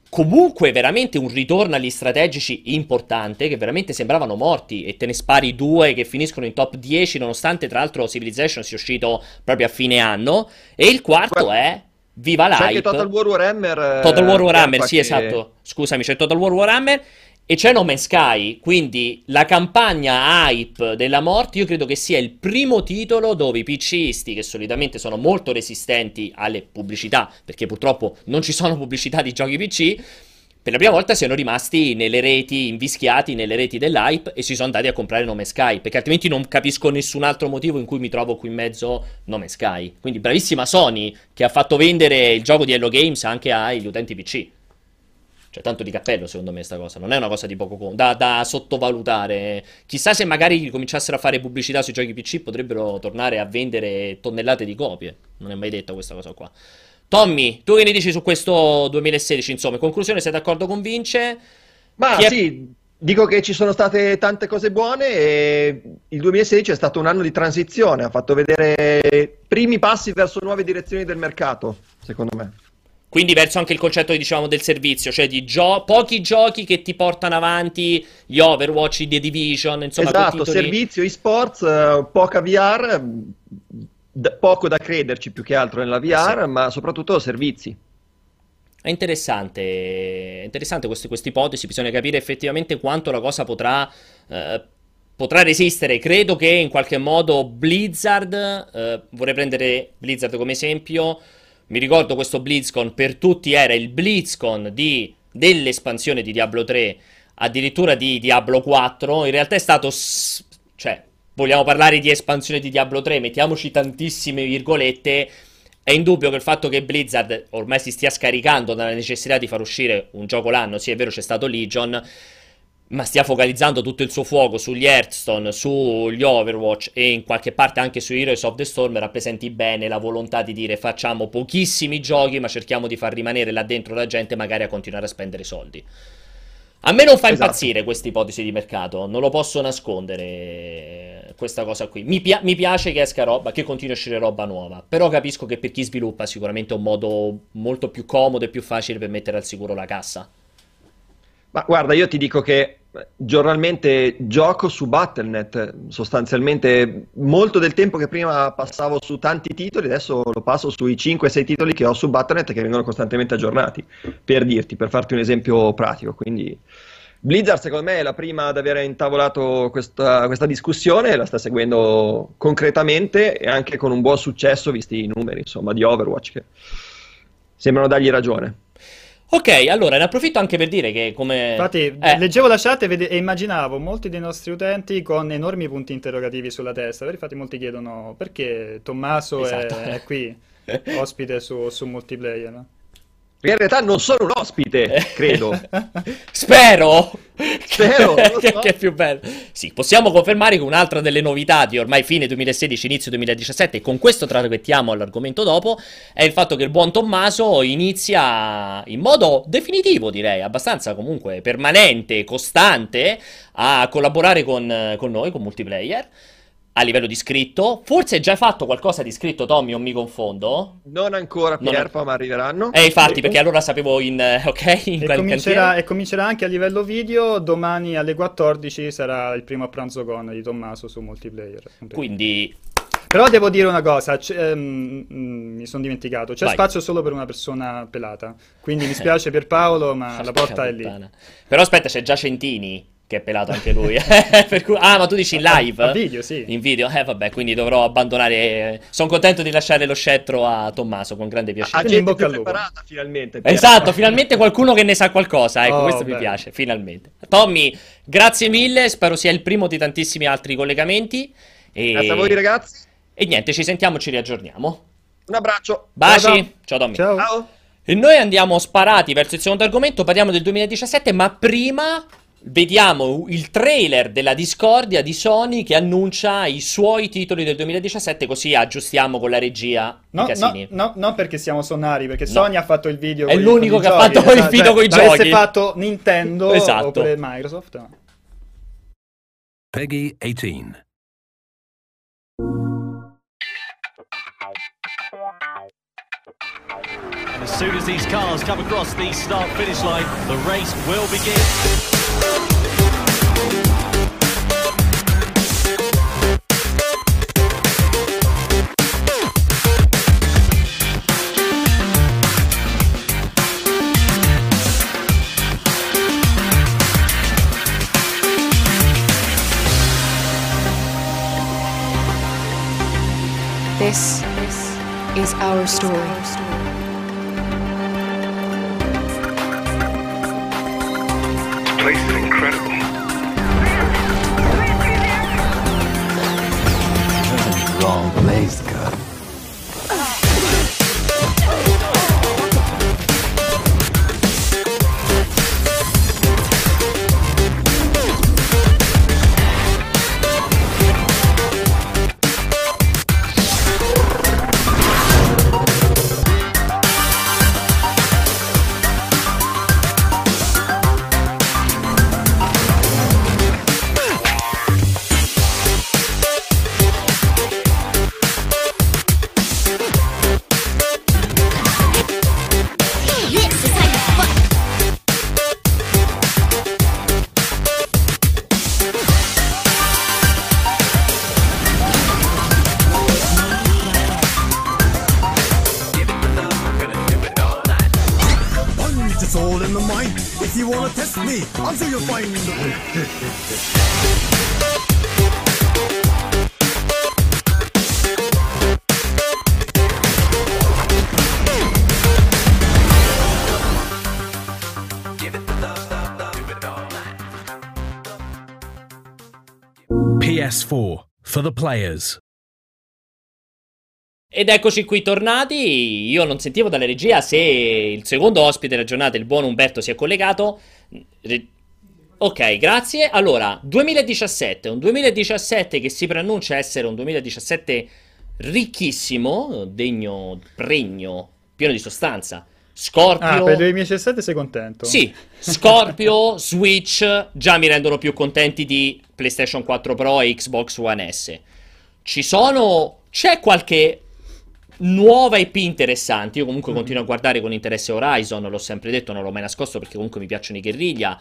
comunque veramente un ritorno agli strategici importante, che veramente sembravano morti, e te ne spari due che finiscono in top dieci, nonostante tra l'altro Civilization sia uscito proprio a fine anno, e il quarto Guarda, è Viva c'è anche l'Hype. Total War Warhammer. Total War eh, Warhammer, Schiappa, sì, che... esatto, scusami, c'è Total War Warhammer e c'è No Man's Sky, quindi la campagna hype della morte io credo che sia il primo titolo dove i PCisti, che solitamente sono molto resistenti alle pubblicità, perché purtroppo non ci sono pubblicità di giochi P C, per la prima volta siano rimasti nelle reti, invischiati nelle reti dell'hype e si sono andati a comprare No Man's Sky, perché altrimenti non capisco nessun altro motivo in cui mi trovo qui in mezzo No Man's Sky. Quindi bravissima Sony che ha fatto vendere il gioco di Hello Games anche agli utenti P C. Cioè, tanto di cappello, secondo me, sta cosa. Non è una cosa di poco conto, da, da sottovalutare. Chissà se magari cominciassero a fare pubblicità sui giochi P C, potrebbero tornare a vendere tonnellate di copie. Non è mai detta questa cosa qua. Tommy, tu che ne dici su questo duemilasedici? Insomma, in conclusione, sei d'accordo con Vince? Ma Chi è- sì, dico che ci sono state tante cose buone e il duemilasedici è stato un anno di transizione, ha fatto vedere primi passi verso nuove direzioni del mercato, secondo me. Quindi verso anche il concetto, diciamo, del servizio, cioè di gio- pochi giochi che ti portano avanti gli Overwatch, i The Division, insomma, quei Esatto, titoli... servizio, esports, eh, poca V R, d- poco da crederci più che altro nella V R, Eh sì. ma soprattutto servizi. È interessante, è interessante queste, queste ipotesi, bisogna capire effettivamente quanto la cosa potrà, eh, potrà resistere. Credo che in qualche modo Blizzard, eh, vorrei prendere Blizzard come esempio, mi ricordo questo BlizzCon, per tutti era il BlizzCon di, dell'espansione di Diablo tre, addirittura di Diablo quattro, in realtà è stato, s- cioè, vogliamo parlare di espansione di Diablo tre, mettiamoci tantissime virgolette. È indubbio che il fatto che Blizzard ormai si stia scaricando dalla necessità di far uscire un gioco l'anno, sì è vero c'è stato Legion, ma stia focalizzando tutto il suo fuoco sugli Hearthstone, sugli Overwatch e in qualche parte anche su Heroes of the Storm, rappresenti bene la volontà di dire facciamo pochissimi giochi ma cerchiamo di far rimanere là dentro la gente magari a continuare a spendere soldi. A me non fa Esatto. impazzire questa ipotesi di mercato, non lo posso nascondere questa cosa qui. Mi, pia- mi piace che esca roba, che continui a uscire roba nuova, però capisco che per chi sviluppa sicuramente è un modo molto più comodo e più facile per mettere al sicuro la cassa. Ma guarda, io ti dico che eh, giornalmente gioco su Battle punto net, sostanzialmente molto del tempo che prima passavo su tanti titoli, adesso lo passo sui cinque sei titoli che ho su Battle punto net che vengono costantemente aggiornati, per dirti, per farti un esempio pratico. Quindi Blizzard secondo me è la prima ad aver intavolato questa, questa discussione, la sta seguendo concretamente e anche con un buon successo visti i numeri, insomma, di Overwatch che sembrano dargli ragione. Ok, allora ne approfitto anche per dire che come... Infatti, eh, leggevo la chat e, vede- e immaginavo molti dei nostri utenti con enormi punti interrogativi sulla testa. Infatti, molti chiedono perché Tommaso Esatto. è, è qui, ospite su, su multiplayer. No? In realtà non sono un ospite, credo. Spero! Spero, non lo che, so. che è più bello. Sì, possiamo confermare che un'altra delle novità di ormai fine duemilasedici, inizio duemiladiciassette, e con questo traghettiamo all'argomento dopo, è il fatto che il buon Tommaso inizia in modo definitivo, direi, abbastanza comunque permanente, costante, a collaborare con, con noi, con multiplayer. A livello di scritto, forse hai già fatto qualcosa di scritto, Tommy, o mi confondo? Non ancora Non- Pierpa, ma arriveranno. Eh, infatti, perché allora sapevo in... eh, ok, in E quel comincerà, cantiere. e comincerà anche a livello video. Domani alle quattordici sarà il primo a pranzo con di Tommaso su multiplayer. Quindi, Però devo dire una cosa, c- ehm, mm, mi sono dimenticato, c'è Vai. spazio solo per una persona pelata, quindi mi spiace per Paolo, ma la porta è lì. puttana. Però aspetta, c'è già Centini, che è pelato anche lui. Per cui- Ah, ma tu dici in live? A video, sì. In video? Eh, vabbè, quindi dovrò abbandonare... Sono contento di lasciare lo scettro a Tommaso, con grande Ha piacere. Quindi in gente bocca più al lupo. preparata finalmente. Pierpa. Esatto, finalmente qualcuno che ne sa qualcosa. Ecco, Oh, questo mi bello. piace, finalmente. Tommy, grazie mille, spero sia il primo di tantissimi altri collegamenti. E... Grazie a voi ragazzi, E niente, ci sentiamo, ci riaggiorniamo. un abbraccio. Baci! Ciao, Tom. Ciao Tommy. Ciao. Ciao. E noi andiamo sparati verso il secondo argomento, parliamo del duemiladiciassette, ma prima vediamo il trailer della discordia di Sony che annuncia i suoi titoli del duemiladiciassette, così aggiustiamo con la regia No, i casini. no, no, non perché siamo sonari, perché No. Sony ha fatto il video È con i- l'unico con i che ha giochi, fatto il esatto, video cioè, coi l'avesse giochi. fatto Nintendo Esatto. oppure Microsoft. No. Peggy eighteen. As soon as these cars come across the start-finish line, the race will begin. This is our story. This place is incredible. Wrong place, God. It's all in the mind. If you wanna test me, I'll show you find the P S four for the players. Ed eccoci qui tornati. Io non sentivo dalla regia se il secondo ospite della giornata, il buon Umberto, si è collegato. Re- Ok, grazie. Allora, duemiladiciassette, un duemiladiciassette che si preannuncia essere un duemiladiciassette ricchissimo, degno, pregno, pieno di sostanza. Scorpio. Ah, per il duemiladiciassette sei contento? Sì, Scorpio, Switch, già mi rendono più contenti di PlayStation quattro Pro e Xbox One S. Ci sono... C'è qualche nuova I P interessante. Io comunque Mm-hmm. continuo a guardare con interesse Horizon, l'ho sempre detto, non l'ho mai nascosto perché comunque mi piacciono i guerriglia.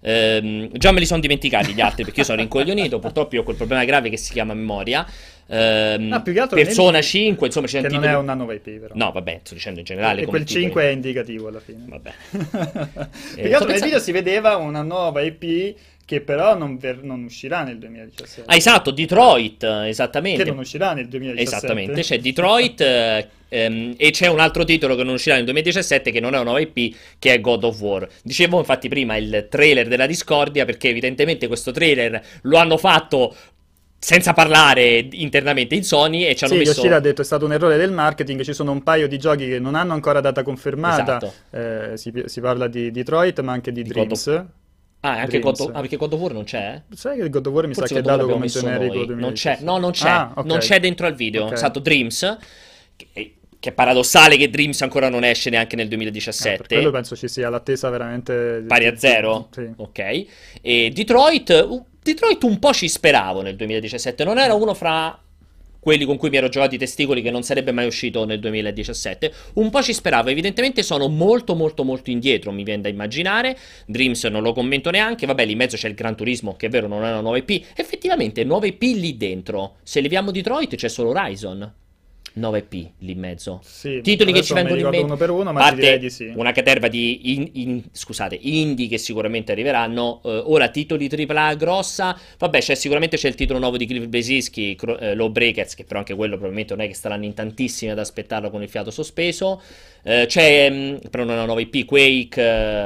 Ehm, già me li sono dimenticati gli altri perché io sono rincoglionito, purtroppo io ho quel problema grave che si chiama memoria. Ehm, Ah, più che altro Persona nel- cinque, insomma, c'è Che un non titolo... è una nuova I P, però. No, vabbè, sto dicendo in generale E come quel titoli. cinque è indicativo alla fine. Vabbè. Più Eh, che sto altro nel pensando- video si vedeva una nuova I P che però non, ver- non uscirà nel duemiladiciassette. Ah, esatto, Detroit, esattamente. Che non uscirà nel duemiladiciassette. Esattamente, c'è Detroit eh, ehm, e c'è un altro titolo che non uscirà nel duemiladiciassette che non è una nuova I P, che è God of War. Dicevo infatti prima il trailer della discordia, perché evidentemente questo trailer lo hanno fatto senza parlare internamente in Sony e ci hanno Sì, messo... Yoshida ha detto è stato un errore del marketing, ci sono un paio di giochi che non hanno ancora data confermata. Esatto. Eh, si, si parla di Detroit ma anche di, Di God of- Dreams. Ah, anche Dreams. God of... ah, perché God of War non c'è? Sai che God of War mi Forse sa che è God of War dato l'abbiamo come messo generico noi. Non c'è, duemiladiciassette. no, non c'è, Ah, ok. non c'è dentro al video. Ok. È stato Dreams, che, che è paradossale che Dreams ancora non esce neanche nel Eh, per duemiladiciassette. quello penso ci sia l'attesa veramente Pari a zero? Sì. Ok. E Detroit, uh, Detroit un po' ci speravo nel duemiladiciassette. Non era uno fra quelli con cui mi ero giocato i testicoli che non sarebbe mai uscito nel duemiladiciassette. Un po' ci speravo. Evidentemente sono molto molto molto indietro, mi viene da immaginare. Dreams non lo commento neanche. Vabbè, lì in mezzo c'è il Gran Turismo, che è vero, non è una nuova I P. Effettivamente, nuova I P lì dentro. Se leviamo Detroit c'è solo Horizon. nuova I P lì in mezzo. Sì, Titoli che adesso ci non mi vengono in ricordo mente. uno per uno, ma Parte ti direi di sì. una caterva di in- in- scusate, indie che sicuramente arriveranno. Eh, ora titoli tripla A grossa. Vabbè, c'è sicuramente c'è il titolo nuovo di Cliff Bleszinski, Cro- eh, Lawbreakers, che però anche quello probabilmente non è che staranno in tantissimi ad aspettarlo con il fiato sospeso. Eh, c'è mh, però non è una nuova I P, Quake,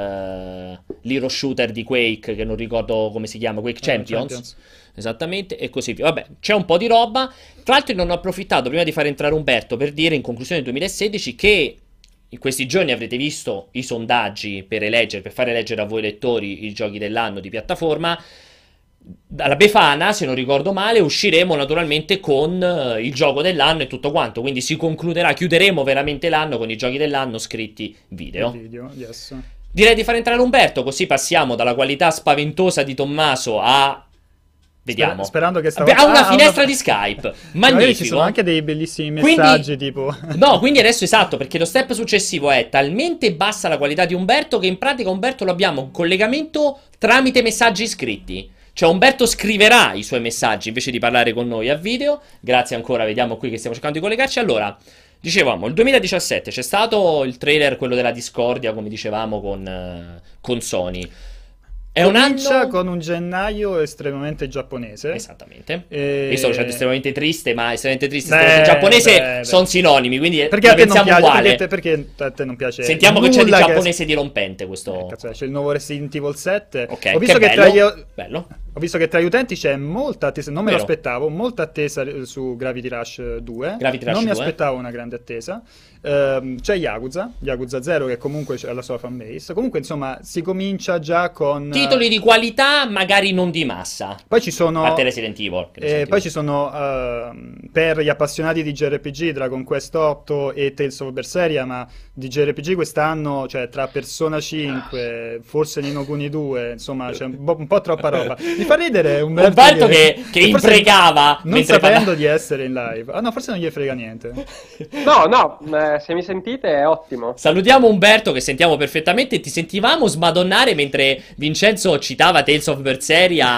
eh, l'hero shooter di Quake che non ricordo come si chiama, Quake Eh, Champions. Champions. Esattamente, e così via. Vabbè, c'è un po' di roba. Tra l'altro non ho approfittato prima di far entrare Umberto per dire in conclusione del duemilasedici che in questi giorni avrete visto i sondaggi per eleggere, per fare eleggere a voi lettori i giochi dell'anno di piattaforma. Dalla Befana, se non ricordo male, usciremo naturalmente con eh, il gioco dell'anno e tutto quanto. Quindi si concluderà, chiuderemo veramente l'anno con i giochi dell'anno scritti video. Video, yes. Direi di far entrare Umberto, così passiamo dalla qualità spaventosa di Tommaso a Vediamo. Sperando che stavolta... Ha una ah, finestra una... di Skype. Magari Magnifico. ci sono anche dei bellissimi messaggi, quindi... tipo... No, quindi adesso esatto, perché lo step successivo è talmente bassa la qualità di Umberto che in pratica Umberto lo abbiamo in collegamento tramite messaggi scritti. Cioè Umberto scriverà i suoi messaggi invece di parlare con noi a video. Grazie ancora, vediamo qui che stiamo cercando di collegarci. Allora, dicevamo, il duemiladiciassette c'è stato il trailer, quello della discordia, come dicevamo, con, uh, con Sony. È un Comincia anno... con un gennaio estremamente giapponese. Esattamente. E... Io sto dicendo estremamente triste, ma estremamente triste e Beh, estremamente giapponese beh, sono sinonimi, quindi perché a te non piace, uguale. perché, te, perché a te non piace Sentiamo che c'è di nulla giapponese che... dirompente questo... Eh, cazzo, c'è il nuovo Resident Evil sette. Ok, Ho visto che, che, bello, tra gli... bello. Ho visto che tra gli utenti c'è molta attesa, non me Vero. lo aspettavo, molta attesa su Gravity Rush due. Gravity Rush non mi due. aspettavo una grande attesa. Ehm, c'è Yakuza, Yakuza zero che comunque ha la sua fanbase. Comunque insomma si comincia già con... Titoli di qualità, magari non di massa. Poi ci sono... A parte Resident Evil. che Eh, Resident poi Evil. ci sono uh, per gli appassionati di J R P G Dragon Quest otto e Tales of Berseria, ma di J R P G quest'anno, cioè tra Persona cinque, forse Ni no Kuni due, insomma c'è un po', un po' troppa roba. Mi fa ridere Umberto, Umberto che, che forse imprecava non mentre sapendo parlava. di essere in live. Ah no, forse non gli frega niente. No, no, eh, se mi sentite è ottimo. Salutiamo Umberto che sentiamo perfettamente e ti sentivamo smadonnare mentre Vincenzo citava Tales of Berseria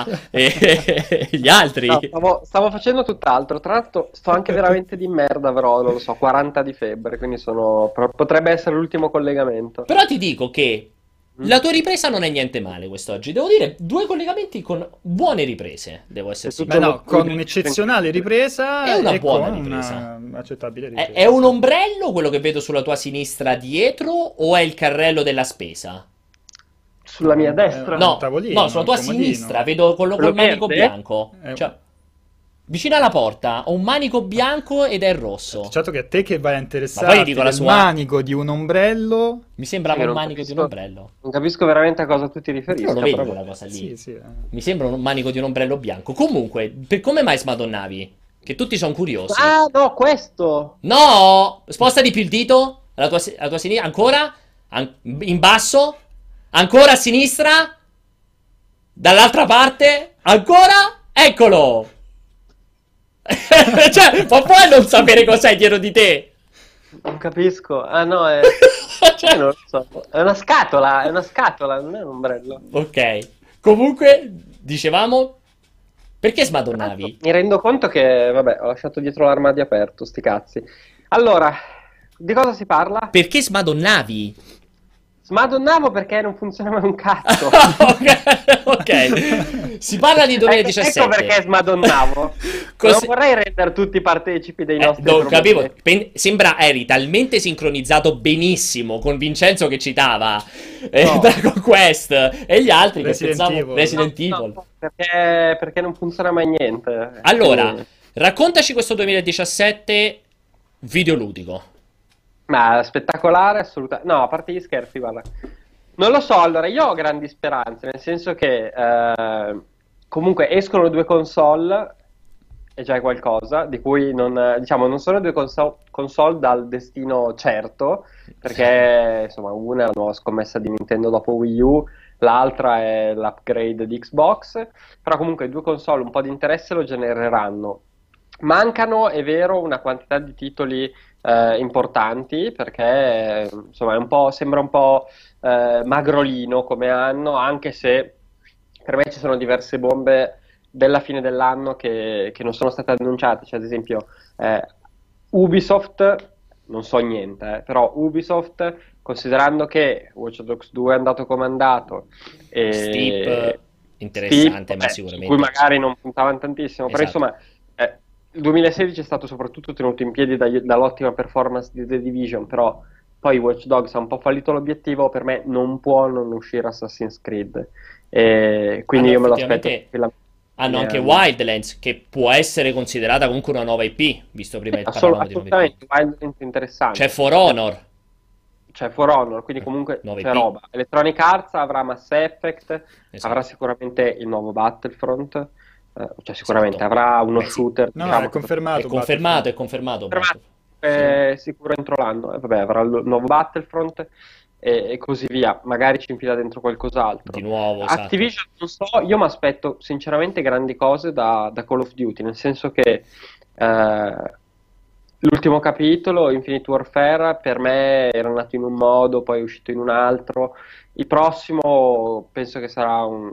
e gli altri. No, stavo, stavo facendo tutt'altro. Tra l'altro sto anche veramente di merda, però non lo so, quaranta di febbre, quindi sono potrebbe essere l'ultimo collegamento. Però ti dico che la tua ripresa non è niente male quest'oggi. Devo dire, due collegamenti con buone riprese. Devo essere È tutto sincero. Beh no, con un'eccezionale ripresa È una e buona con ripresa. una accettabile È, ripresa. è un ombrello quello che vedo sulla tua sinistra dietro o è il carrello della spesa? Sulla mia Eh, destra? No, un tavolino, no, sulla tua un comodino. sinistra vedo quello Quello col manico verde? bianco. Eh, Cioè, vicino alla porta ho un manico bianco ed è rosso. Certo che a te che vai a Ma interessarti poi dico la del sua- manico di un ombrello... Mi sembrava Io un non manico di un capisco- ombrello. Non capisco veramente a cosa tu ti Io riferisci. non lo vedi però- quella cosa lì. Sì, sì. eh. Mi sembra un manico di un ombrello bianco. Comunque, per come mai smadonnavi? Che tutti sono curiosi. Ah, no, questo! No! Sposta di più il dito. Alla tua, alla tua sinistra. Ancora? An- in basso? Ancora a sinistra? Dall'altra parte? Ancora? Eccolo! Cioè, ma puoi non sapere cos'è dietro di te? Non capisco. Ah, no, è... Cioè- Eh, non lo so. È una scatola, è una scatola, non è un ombrello. Ok. Comunque, dicevamo... Perché smadonnavi? Mi rendo conto che, vabbè, ho lasciato dietro l'armadio aperto, sti cazzi. Allora, di cosa si parla? Perché smadonnavi? Smadonnavo perché non funziona mai un cazzo. ok, ok. Si parla di duemiladiciassette. Ecco, ecco perché smadonnavo. Cos- Non vorrei rendere tutti partecipi dei Eh, nostri no, problemi. capivo. Pen- sembra eri talmente sincronizzato benissimo con Vincenzo che citava eh, No. Dragon Quest e gli altri Resident che pensavo Evil. Resident No, Evil. no, perché, perché non funziona mai niente. Allora, Quindi- raccontaci questo duemiladiciassette videoludico. Ma spettacolare, assolutamente. No, a parte gli scherzi, guarda. Non lo so, allora, io ho grandi speranze, nel senso che eh, comunque escono due console, e già è qualcosa, di cui non, diciamo, non sono due console, console dal destino certo, perché insomma una è la nuova scommessa di Nintendo dopo Wii U, l'altra è l'upgrade di Xbox, però comunque due console un po' di interesse lo genereranno. Mancano, è vero, una quantità di titoli eh, importanti, perché eh, insomma è un po', sembra un po' eh, magrolino come anno, anche se per me ci sono diverse bombe della fine dell'anno che, che non sono state annunciate, cioè ad esempio eh, Ubisoft, non so niente, eh, però Ubisoft, considerando che Watch Dogs due è andato come è andato, e Steep, interessante, Steep, ma eh, sicuramente su cui magari non puntavano tantissimo, però Esatto. insomma eh, il duemilasedici è stato soprattutto tenuto in piedi dagli- dall'ottima performance di The Division, però poi Watch Dogs ha un po' fallito l'obiettivo, per me non può non uscire Assassin's Creed, e quindi Hanno io me lo aspetto effettivamente- tranquillamente. hanno anche Eh, Wildlands, che può essere considerata comunque una nuova I P, visto prima il Assolut- parlavamo di nuove I P. assolutamente Wildlands interessante. C'è For Honor. C'è For Honor, quindi comunque Nuove c'è I P. roba. Electronic Arts avrà Mass Effect, Esatto. avrà sicuramente il nuovo Battlefront, eh, cioè sicuramente Esatto. avrà uno Beh, sì. shooter. No, diciamo, è confermato. È confermato, è confermato. Confermato. eh, sicuro entro l'anno. Eh, vabbè, avrà il nuovo Battlefront. e, e così via. Magari ci infila dentro qualcos'altro. Di nuovo, esatto. Activision, non so, io mi aspetto sinceramente grandi cose da, da Call of Duty, nel senso che eh, l'ultimo capitolo, Infinite Warfare, per me era nato in un modo, poi è uscito in un altro. Il prossimo penso che sarà un,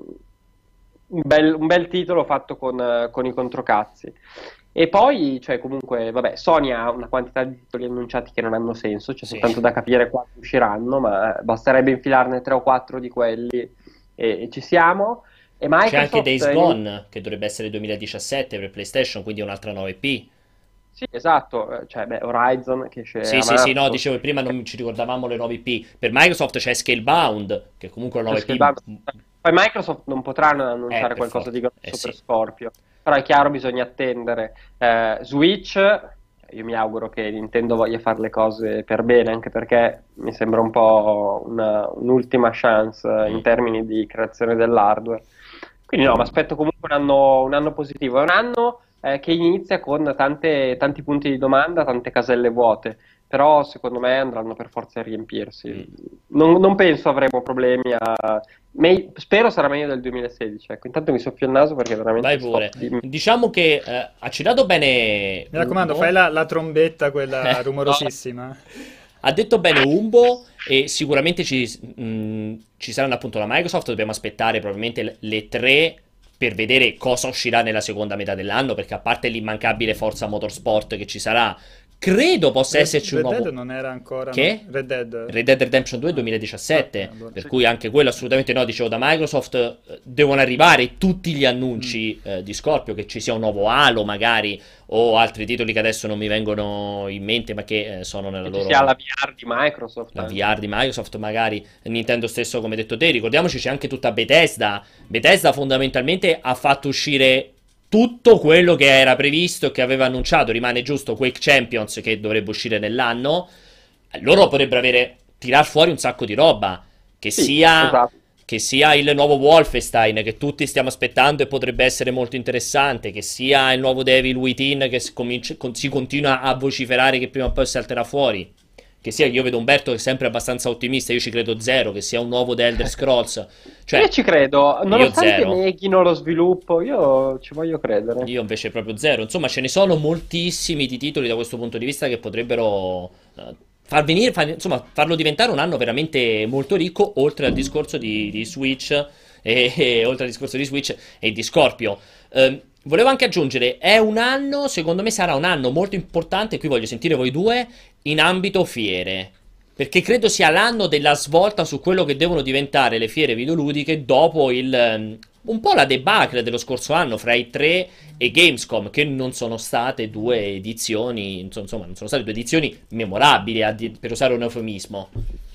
un bel, un bel titolo fatto con, con i controcazzi. E poi, cioè, comunque, vabbè, Sony ha una quantità di titoli annunciati che non hanno senso, c'è Sì. soltanto da capire quando usciranno, ma basterebbe infilarne tre o quattro di quelli e, e ci siamo. E C'è Microsoft anche Days è- Gone, che dovrebbe essere duemiladiciassette per PlayStation, quindi è un'altra nove P. Sì, esatto, eh, cioè, beh, Horizon che esce Sì, a sì, sì, no, marzo. dicevo prima non ci ricordavamo le nove P. Per Microsoft c'è Scalebound, che comunque è una Perché nove P. il Bug- Poi Microsoft non potranno Eh, annunciare per qualcosa forza. di grosso Eh, per sì. Scorpio, però è chiaro, bisogna attendere. Eh, Switch, io mi auguro che Nintendo voglia fare le cose per bene, anche perché mi sembra un po' una- un'ultima chance eh, in Mm. termini di creazione dell'hardware. Quindi no, mi aspetto comunque un anno, un anno positivo. È un anno eh, che inizia con tante- tanti punti di domanda, tante caselle vuote, però secondo me andranno per forza a riempirsi. Mm. Non, non penso avremo problemi a... me- spero sarà meglio del duemilasedici. Ecco, intanto mi soffio il naso perché veramente Vai sto pure. di- Diciamo che eh, ha citato bene Mi raccomando, Umbo. fai la, la trombetta, quella Eh, rumorosissima. Ha detto bene Umbo e sicuramente ci, mh, ci saranno appunto la Microsoft, dobbiamo aspettare probabilmente le- le tre per vedere cosa uscirà nella seconda metà dell'anno, perché a parte l'immancabile Forza Motorsport che ci sarà, credo possa Red, esserci un Red nuovo... Dead non era ancora... Che? Red Dead. Red Dead Redemption due duemiladiciassette, Ah, allora, per sì. cui anche quello assolutamente no, dicevo da Microsoft eh, devono arrivare tutti gli annunci Mm. eh, di Scorpio, che ci sia un nuovo Halo magari, o altri titoli che adesso non mi vengono in mente ma che eh, sono nella che ci loro... sia la V R di Microsoft. La anche. V R di Microsoft, magari Nintendo stesso, come hai detto te. Ricordiamoci c'è anche tutta Bethesda. Bethesda fondamentalmente ha fatto uscire tutto quello che era previsto e che aveva annunciato. Rimane giusto Quake Champions, che dovrebbe uscire nell'anno. Loro potrebbero avere tirar fuori un sacco di roba, che Sì, sia esatto. che sia il nuovo Wolfenstein che tutti stiamo aspettando e potrebbe essere molto interessante, che sia il nuovo Devil Within che si, comincia- con- si continua a vociferare che prima o poi salterà fuori, che sia, io vedo Umberto che è sempre abbastanza ottimista, io ci credo zero, che sia un nuovo The Elder Scrolls, cioè Io ci credo, nonostante zero. neghino lo sviluppo, io ci voglio credere. io invece proprio zero. Insomma, ce ne sono moltissimi di titoli da questo punto di vista che potrebbero eh, far venire, far- insomma, farlo diventare un anno veramente molto ricco, oltre al discorso di, di Switch e, e oltre al discorso di Switch e di Scorpio. Ehm, volevo anche aggiungere, è un anno, secondo me sarà un anno molto importante, qui voglio sentire voi due, in ambito fiere. Perché credo sia l'anno della svolta su quello che devono diventare le fiere videoludiche dopo il ehm, un po' la debacle dello scorso anno fra i tre e Gamescom, che non sono state due edizioni, insomma, non sono state due edizioni memorabili, a di- per usare un eufemismo.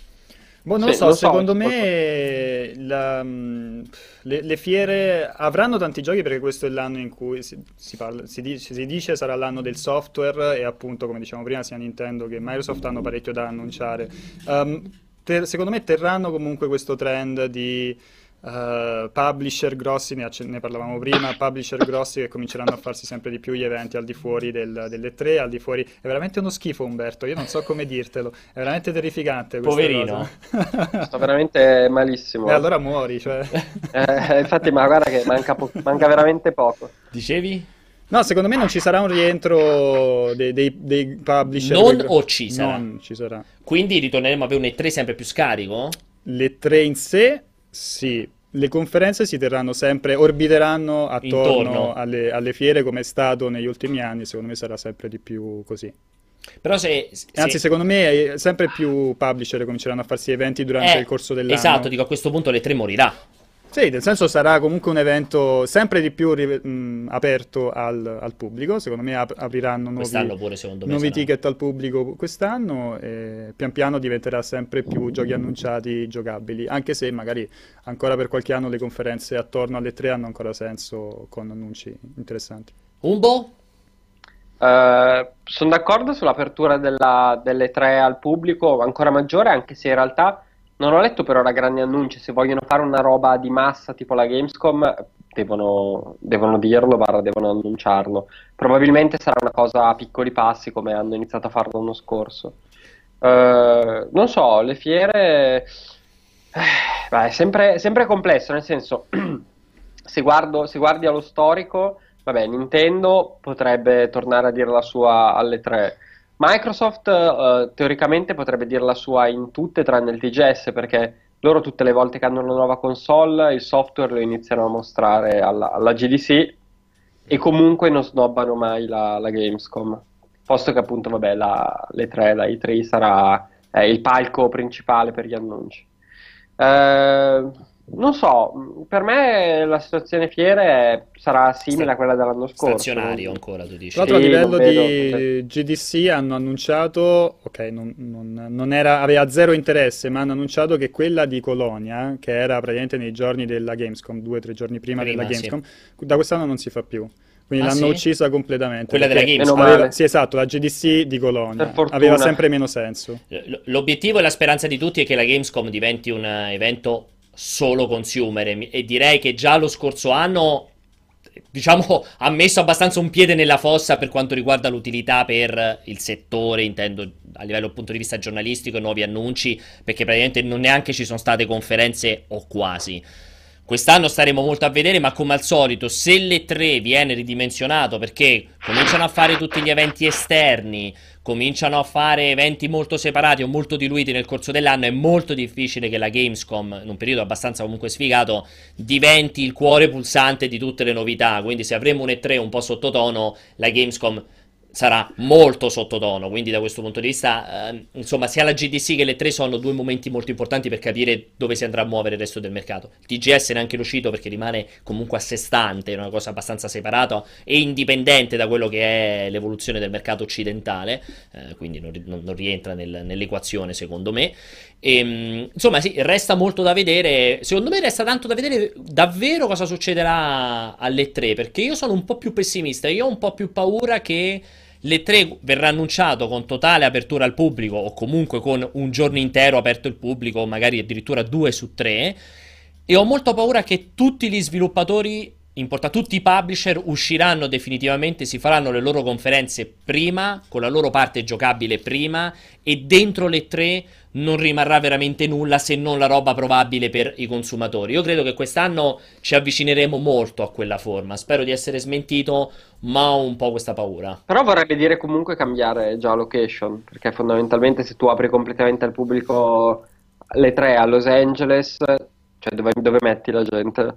Boh, non lo Sì, so, lo so, secondo tipo- me la- mh, le, le fiere avranno tanti giochi perché questo è l'anno in cui si, si parla- si dice, si dice sarà l'anno del software e appunto, come dicevamo prima, sia Nintendo che Microsoft hanno parecchio da annunciare. Um, ter- secondo me terranno comunque questo trend di uh, publisher grossi, ne, acce- ne parlavamo prima, publisher grossi che cominceranno a farsi sempre di più gli eventi al di fuori del- delle tre, al di fuori... È veramente uno schifo, Umberto, io non so come dirtelo, è veramente terrificante questa Poverino. cosa. Sto veramente malissimo. E allora muori, cioè. Eh, infatti, ma guarda che manca, po- manca veramente poco. Dicevi? No, secondo me non ci sarà un rientro dei, dei- dei publisher. Non dei- o ci sarà? Non ci sarà. Quindi ritorneremo a avere un E tre sempre più scarico? Le tre in sé, sì. Le conferenze si terranno sempre, orbiteranno attorno Intorno. alle, alle fiere come è stato negli ultimi anni, secondo me sarà sempre di più così. Però se... se- Anzi, secondo me eh, sempre più publisher cominceranno a farsi eventi durante eh, il corso dell'anno. esatto, dico a questo punto l'E tre morirà. Sì, nel senso sarà comunque un evento sempre di più ri- mh, aperto al, al pubblico, secondo me ap- apriranno nuovi, Quest'anno pure secondo me nuovi sarà. ticket al pubblico quest'anno e pian piano diventerà sempre più giochi annunciati giocabili, anche se magari ancora per qualche anno le conferenze attorno alle tre hanno ancora senso con annunci interessanti. Umbo? Eh, sono d'accordo sull'apertura della- delle tre al pubblico, ancora maggiore, anche se in realtà non ho letto per ora grandi annunci. Se vogliono fare una roba di massa tipo la Gamescom, devono, devono dirlo, barra devono annunciarlo. Probabilmente sarà una cosa a piccoli passi, come hanno iniziato a farlo l'anno scorso. Eh, non so, le fiere... eh, beh, è sempre, sempre complesso, nel senso, se guardo, se guardi allo storico, vabbè, Nintendo potrebbe tornare a dire la sua alle tre. Microsoft, eh, teoricamente potrebbe dire la sua in tutte tranne il T G S, perché loro tutte le volte che hanno una nuova console, il software lo iniziano a mostrare alla, alla G D C e comunque non snobbano mai la, la Gamescom. Posto che appunto, vabbè, la, le tre, la E tre sarà eh, il palco principale per gli annunci. Eh, non so, per me la situazione fiere è- sarà simile a quella dell'anno scorso. Stazionario ancora, tu dici. Tra l'altro a Sì, livello non vedo- di G D C hanno annunciato, ok, non, non- non era, aveva zero interesse, ma hanno annunciato che quella di Colonia, che era praticamente nei giorni della Gamescom, due o tre giorni prima, Prima, della sì. Gamescom, da quest'anno non si fa più. Quindi Ah, l'hanno sì? uccisa completamente. Quella perché della Gamescom? Meno aveva- male. sì, esatto, la G D C di Colonia Per fortuna. aveva sempre meno senso. L- L'obiettivo e la speranza di tutti è che la Gamescom diventi un eh, evento solo consumer e, mi- e direi che già lo scorso anno, diciamo, ha messo abbastanza un piede nella fossa per quanto riguarda l'utilità per il settore, intendo a livello punto di vista giornalistico e nuovi annunci, perché praticamente non neanche ci sono state conferenze o quasi. Quest'anno staremo molto a vedere, ma come al solito, se l'E tre viene ridimensionato perché cominciano a fare tutti gli eventi esterni, cominciano a fare eventi molto separati o molto diluiti nel corso dell'anno, è molto difficile che la Gamescom, in un periodo abbastanza comunque sfigato, diventi il cuore pulsante di tutte le novità. Quindi se avremo un E tre un po' sottotono, la Gamescom sarà molto sottotono, quindi da questo punto di vista, eh, insomma, sia la G D C che le tre sono due momenti molto importanti per capire dove si andrà a muovere il resto del mercato. Il T G S neanche lo cito perché rimane comunque a sé stante, è una cosa abbastanza separata e indipendente da quello che è l'evoluzione del mercato occidentale, eh, quindi non, non- non rientra nel- nell'equazione secondo me. E, mh, insomma, sì, resta molto da vedere. Secondo me resta tanto da vedere davvero cosa succederà alle tre, perché io sono un po' più pessimista. Io ho un po' più paura che le tre verrà annunciato con totale apertura al pubblico o comunque con un giorno intero aperto al pubblico, o magari addirittura due su tre. E ho molto paura che tutti gli sviluppatori, importa, tutti i publisher usciranno definitivamente, si faranno le loro conferenze prima, con la loro parte giocabile prima, e dentro le tre non rimarrà veramente nulla se non la roba provabile per i consumatori. Io credo che quest'anno ci avvicineremo molto a quella forma. Spero di essere smentito, ma ho un po' questa paura. Però vorrebbe dire comunque cambiare già location, perché fondamentalmente se tu apri completamente al pubblico le tre a Los Angeles, cioè dove, dove metti la gente?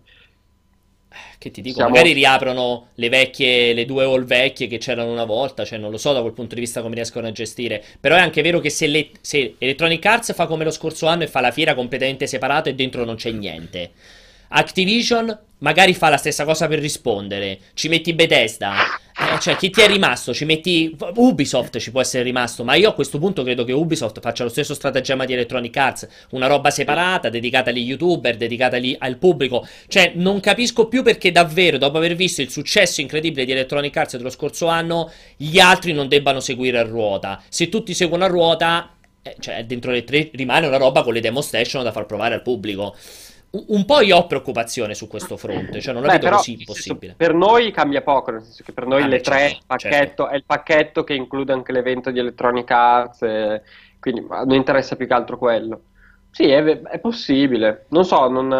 Che ti dico, Siamo- magari riaprono le vecchie, le due hall vecchie che c'erano una volta, cioè non lo so da quel punto di vista come riescono a gestire, però è anche vero che se, le- se Electronic Arts fa come lo scorso anno e fa la fiera completamente separata e dentro non c'è niente, Activision magari fa la stessa cosa per rispondere, ci metti Bethesda, eh, cioè chi ti è rimasto? Ci metti Ubisoft, ci può essere rimasto, ma io a questo punto credo che Ubisoft faccia lo stesso stratagemma di Electronic Arts, una roba separata, dedicata agli youtuber, dedicata agli- al pubblico, cioè non capisco più perché davvero dopo aver visto il successo incredibile di Electronic Arts dello scorso anno gli altri non debbano seguire a ruota. Se tutti seguono a ruota, eh, cioè dentro le tre rimane una roba con le demo station da far provare al pubblico. Un un po' io ho preoccupazione su questo fronte, cioè non la Beh, vedo però, così nel senso, possibile. per noi cambia poco, nel senso che per noi Ah, le beh, tre certo, il pacchetto, certo. è il pacchetto che include anche l'evento di Electronic Arts, e quindi a noi interessa più che altro quello. Sì, è, è possibile, non so, non,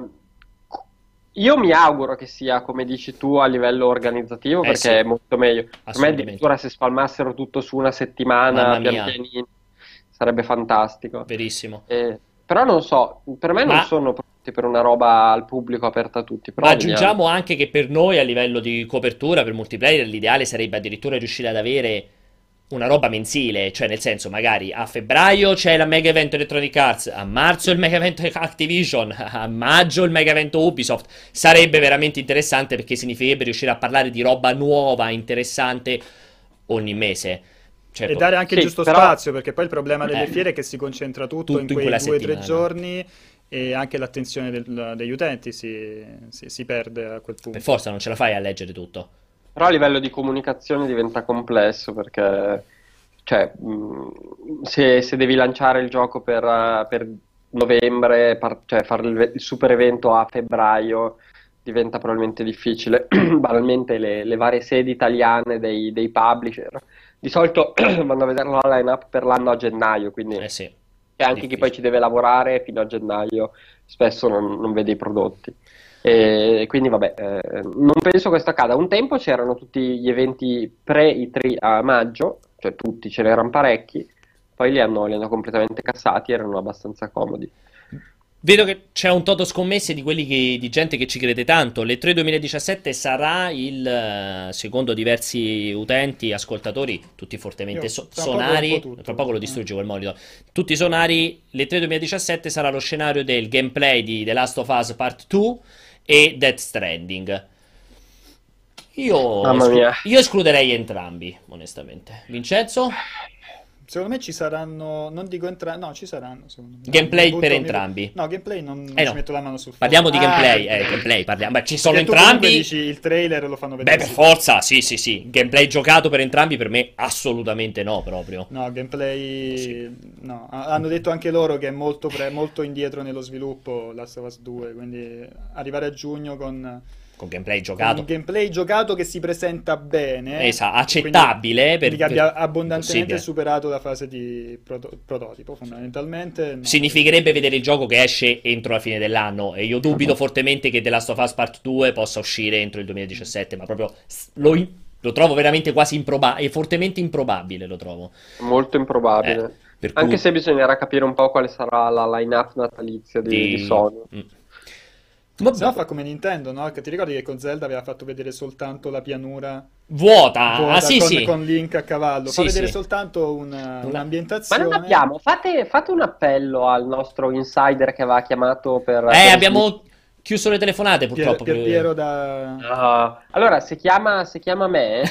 eh, io mi auguro che sia come dici tu a livello organizzativo, Eh, perché sì. è molto meglio. Per me Assolutamente. addirittura se spalmassero tutto su una settimana, Mamma pian mia. pianino, sarebbe fantastico. Verissimo. Eh, però non so, per me non Ma- sono pronti per una roba al pubblico aperta a tutti. Però Ma vediamo. aggiungiamo anche che per noi a livello di copertura per multiplayer l'ideale sarebbe addirittura riuscire ad avere una roba mensile, cioè nel senso magari a febbraio c'è la mega evento Electronic Arts, a marzo il mega evento Activision, a maggio il mega evento Ubisoft. Sarebbe veramente interessante perché significherebbe riuscire a parlare di roba nuova, interessante ogni mese. Certo. E dare anche il Sì, giusto però- spazio, perché poi il problema delle Eh. fiere è che si concentra tutto, Tutto in in quei quella due o tre settimana. giorni e anche l'attenzione del- degli utenti si, si- si perde a quel punto. Per forza non ce la fai a leggere tutto. Però a livello di comunicazione diventa complesso perché cioè, mh, se, se devi lanciare il gioco per, eh, per novembre, par- cioè fare il, il super evento a febbraio, diventa probabilmente difficile. Banalmente le, le varie sedi italiane dei, dei publisher di solito vanno a vedere la line-up per l'anno a gennaio, quindi Eh sì, e anche difficile. chi poi ci deve lavorare fino a gennaio spesso non, non vede i prodotti. E quindi vabbè, eh, non penso questo accada. Un tempo c'erano tutti gli eventi pre-I tre a maggio, cioè tutti, ce n'erano parecchi, poi li hanno, li hanno completamente cassati, erano abbastanza comodi. Vedo che c'è un toto scommesse di quelli che, di gente che ci crede tanto. L'E tre duemiladiciassette sarà il, eh, secondo diversi utenti, ascoltatori, tutti fortemente Io, so- tra poco sonari. rompo tutto. Tra poco lo distrugge quel monitor. Tutti sonari. L'E tre duemiladiciassette sarà lo scenario del gameplay di The Last of Us Part due e Death Stranding. Io, Mamma esclu- mia. io escluderei entrambi, onestamente. Vincenzo? Secondo me ci saranno, non dico entrambi, no, ci saranno, secondo me. Gameplay Butto per mi- entrambi. No, gameplay non, non Eh ci no. metto la mano sul fuoco. Parliamo di Ah, gameplay. Eh, gameplay, parliamo. Beh, ci sono perché tu comunque entrambi. dici il trailer lo fanno Beh, vedere. per sì. forza, sì, sì, sì. Gameplay giocato per entrambi, per me assolutamente no, proprio. No, gameplay... Sì. No, ha- hanno detto anche loro che è molto, pre- molto indietro nello sviluppo Last of Us due, quindi arrivare a giugno con... Con gameplay con giocato. un gameplay giocato che si presenta bene, Esatto, accettabile, quindi, per- quindi che abbia per- abbondantemente possibile. superato la fase di proto- prototipo, fondamentalmente. No. Significherebbe vedere il gioco che esce entro la fine dell'anno. E io dubito fortemente che The Last of Us Part due possa uscire entro il duemiladiciassette. Ma proprio s- lo, in- lo trovo veramente quasi improbabile. Fortemente improbabile lo trovo. Molto improbabile. Eh, per Anche cui- se bisognerà capire un po' quale sarà la line-up natalizia di, di- di Sony. Mm. Se no fa come Nintendo, no? Che ti ricordi che con Zelda aveva fatto vedere soltanto la pianura Vuota. vuota Ah, sì, con, sì. con Link a cavallo? Sì, Fa vedere sì. soltanto una- Una- Ma un'ambientazione. non abbiamo, fate, fate un appello al nostro insider che aveva chiamato per... Eh, per- abbiamo chiuso le telefonate, Pier, purtroppo. Pier Piero da... Ah, allora, se chiama, se chiama me,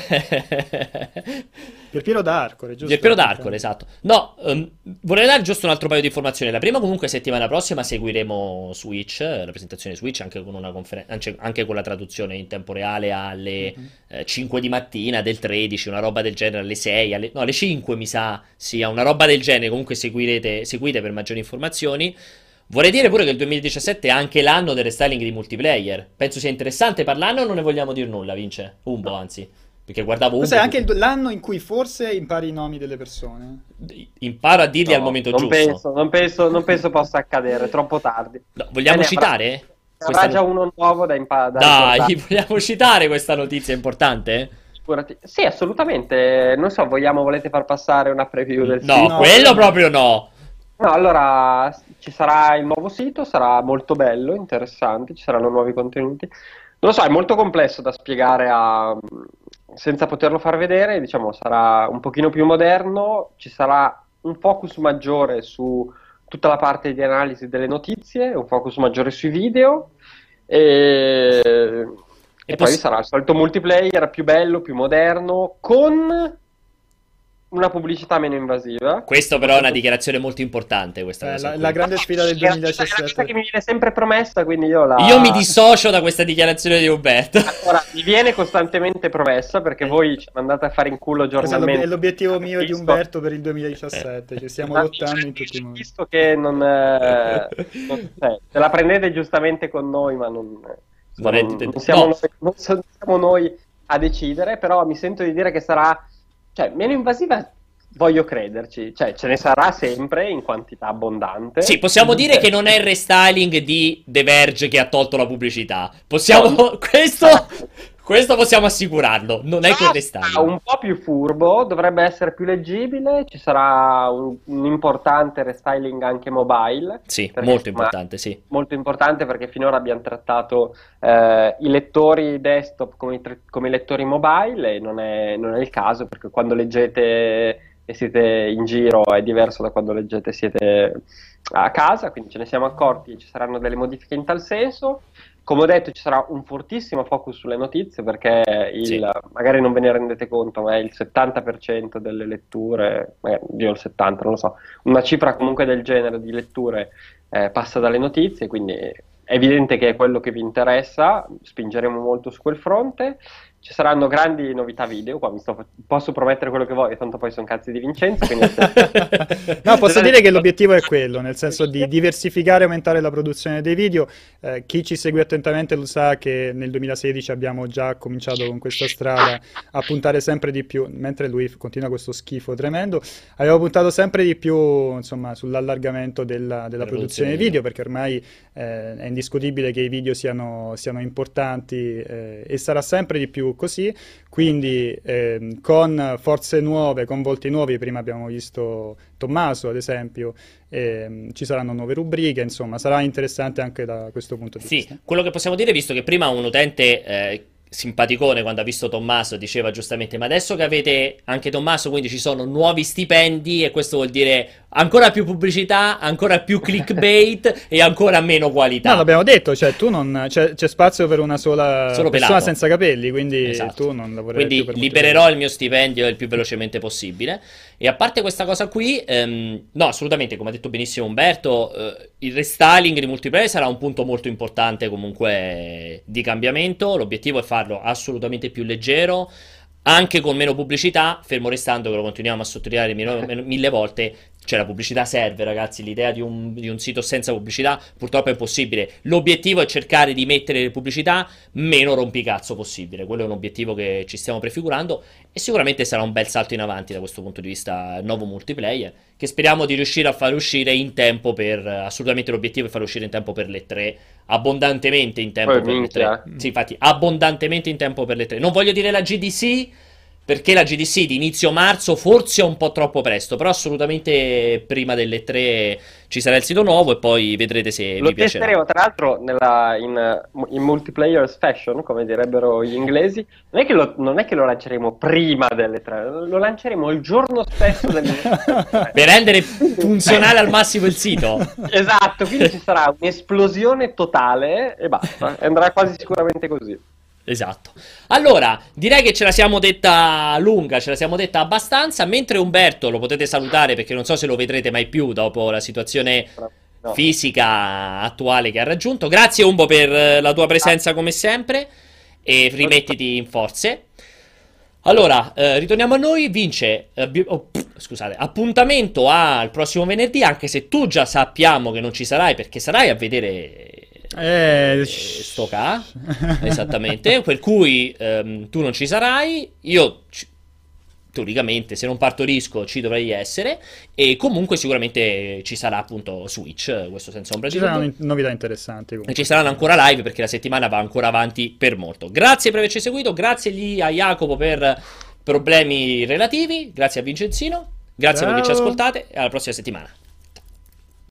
Pier Piero da Arcore, giusto? Pier Piero d'Arcore, esatto. No, ehm, vorrei dare giusto un altro paio di informazioni. La prima, comunque, settimana prossima seguiremo Switch, eh, la presentazione Switch, anche con una conferenza, anche, anche con la traduzione in tempo reale alle eh, cinque di mattina del tredici, una roba del genere alle sei, alle, no, alle cinque mi sa sia una roba del genere. Comunque seguirete, seguite per maggiori informazioni. Vorrei dire pure che il duemiladiciassette è anche l'anno del restyling di multiplayer. Penso sia interessante parlarne o non ne vogliamo dire nulla, Vince? Umbo, anzi. Perché guardavo Umbo. Cos'è anche il- l'anno in cui forse impari i nomi delle persone? Imparo a dirli no, al momento non giusto. penso, non penso, non penso possa accadere, è troppo tardi. No, vogliamo Bene, citare? avrà- questa Avrà già no- uno nuovo da imparare. Dai, vogliamo citare questa notizia importante? Sì, assolutamente. Non so, vogliamo, volete far passare una preview del No, sito? No, quello no. proprio no. No, allora ci sarà il nuovo sito, sarà molto bello, interessante, ci saranno nuovi contenuti. Non lo so, è molto complesso da spiegare a- senza poterlo far vedere, diciamo, sarà un pochino più moderno, ci sarà un focus maggiore su tutta la parte di analisi delle notizie, un focus maggiore sui video e, e E poi poss- sarà il solito multiplayer più bello, più moderno, con una pubblicità meno invasiva. Questo però è una dichiarazione molto importante, questa Eh, cosa la, qui. la grande sfida del È la- è la cosa che duemiladiciassette. mi viene sempre promessa, quindi io la... Io mi dissocio da questa dichiarazione di Umberto. Allora, mi viene costantemente promessa perché voi ci mandate a fare in culo Questo è l'ob- giornalmente. è l'obiettivo mio di Visto- Umberto per il duemiladiciassette, ci stiamo Ma- lottando in tutti i modi. Visto che non, eh, non- eh, se la prendete giustamente con noi, ma non, Vorrei- non, non siamo, no. noi, non so- siamo noi a decidere, però mi sento di dire che sarà, cioè, meno invasiva. Voglio crederci, cioè ce ne sarà sempre in quantità abbondante. Sì, possiamo dire Eh, che non è il restyling di The Verge che ha tolto la pubblicità. Possiamo... No. questo... questo possiamo assicurarlo. Non è quel sarà restyling. un po' più furbo, dovrebbe essere più leggibile, ci sarà un, un importante restyling anche mobile. Sì, perché, molto insomma, importante, sì. Molto importante perché finora abbiamo trattato eh, i lettori desktop come i, tre- come i lettori mobile e non è, non è il caso perché quando leggete e siete in giro è diverso da quando leggete e siete a casa, quindi ce ne siamo accorti, ci saranno delle modifiche in tal senso. Come ho detto, ci sarà un fortissimo focus sulle notizie perché il, Sì. magari non ve ne rendete conto, ma è il settanta per cento delle letture, magari io il settanta, non lo so, una cifra comunque del genere di letture eh, passa dalle notizie, quindi è evidente che è quello che vi interessa, spingeremo molto su quel fronte. ci saranno grandi novità video, qua mi sto, posso promettere quello che voglio, tanto poi sono cazzi di Vincenzo. Quindi se... No, posso dire che l'obiettivo è quello, nel senso di diversificare e aumentare la produzione dei video. Eh, chi ci segue attentamente lo sa che nel duemilasedici abbiamo già cominciato con questa strada a puntare sempre di più, mentre lui continua questo schifo tremendo, abbiamo puntato sempre di più, insomma, sull'allargamento della, della produzione video, video, perché ormai eh, è indiscutibile che i video siano, siano importanti eh, e sarà sempre di più così, quindi eh, con forze nuove, con volti nuovi. Prima abbiamo visto Tommaso ad esempio, eh, ci saranno nuove rubriche, insomma sarà interessante anche da questo punto di sì, vista. Sì, quello che possiamo dire, visto che prima un utente eh, simpaticone, quando ha visto Tommaso, diceva giustamente: ma adesso che avete anche Tommaso, quindi ci sono nuovi stipendi, e questo vuol dire ancora più pubblicità, ancora più clickbait e ancora meno qualità. No, l'abbiamo detto, cioè tu non c'è, c'è spazio per una sola Solo persona pelato. senza capelli, quindi esatto. tu non lavorerai quindi più per molto libererò tempo. il mio stipendio il più velocemente possibile. E a parte questa cosa qui, ehm, no, assolutamente, come ha detto benissimo Umberto, eh, il restyling di multiplayer sarà un punto molto importante comunque di cambiamento. L'obiettivo è farlo assolutamente più leggero, anche con meno pubblicità, fermo restando che lo continuiamo a sottolineare mille, mille volte. Cioè la pubblicità serve, ragazzi, l'idea di un, di un sito senza pubblicità purtroppo è impossibile. L'obiettivo è cercare di mettere le pubblicità meno rompicazzo possibile, quello è un obiettivo che ci stiamo prefigurando e sicuramente sarà un bel salto in avanti da questo punto di vista il nuovo multiplayer, che speriamo di riuscire a fare uscire in tempo per, assolutamente l'obiettivo è fare uscire in tempo per le tre, abbondantemente in tempo Poi per minchia. le tre. Sì, infatti, abbondantemente in tempo per le tre. Non voglio dire la G D C, perché la G D C di inizio marzo forse è un po' troppo presto, però assolutamente prima delle tre ci sarà il sito nuovo e poi vedrete se Lo vi piacerà. testeremo tra l'altro nella, in, in multiplayer fashion, come direbbero gli inglesi. Non è, che lo, non è che lo lanceremo prima delle tre, lo lanceremo il giorno stesso delle tre. Per rendere funzionale al massimo il sito. Esatto, quindi ci sarà un'esplosione totale e basta, andrà quasi sicuramente così. Esatto. Allora, direi che ce la siamo detta lunga, ce la siamo detta abbastanza, mentre Umberto lo potete salutare perché non so se lo vedrete mai più dopo la situazione no. fisica attuale che ha raggiunto. Grazie Umbo per la tua presenza come sempre e rimettiti in forze. Allora, eh, ritorniamo a noi, Vince, eh, oh, pff, scusate, appuntamento al prossimo venerdì, anche se tu già sappiamo che non ci sarai perché sarai a vedere... Eh, sto ca esattamente, per cui ehm, tu non ci sarai, io ci, teoricamente se non partorisco ci dovrei essere e comunque sicuramente ci sarà appunto Switch, questo senza ombra di dubbio. Ci dubbio. saranno novità interessanti comunque. E ci saranno ancora live perché la settimana va ancora avanti per molto. Grazie per averci seguito, grazie lì a Jacopo per problemi relativi, grazie a Vincenzino, grazie Ciao. a voi che ci ascoltate e alla prossima settimana.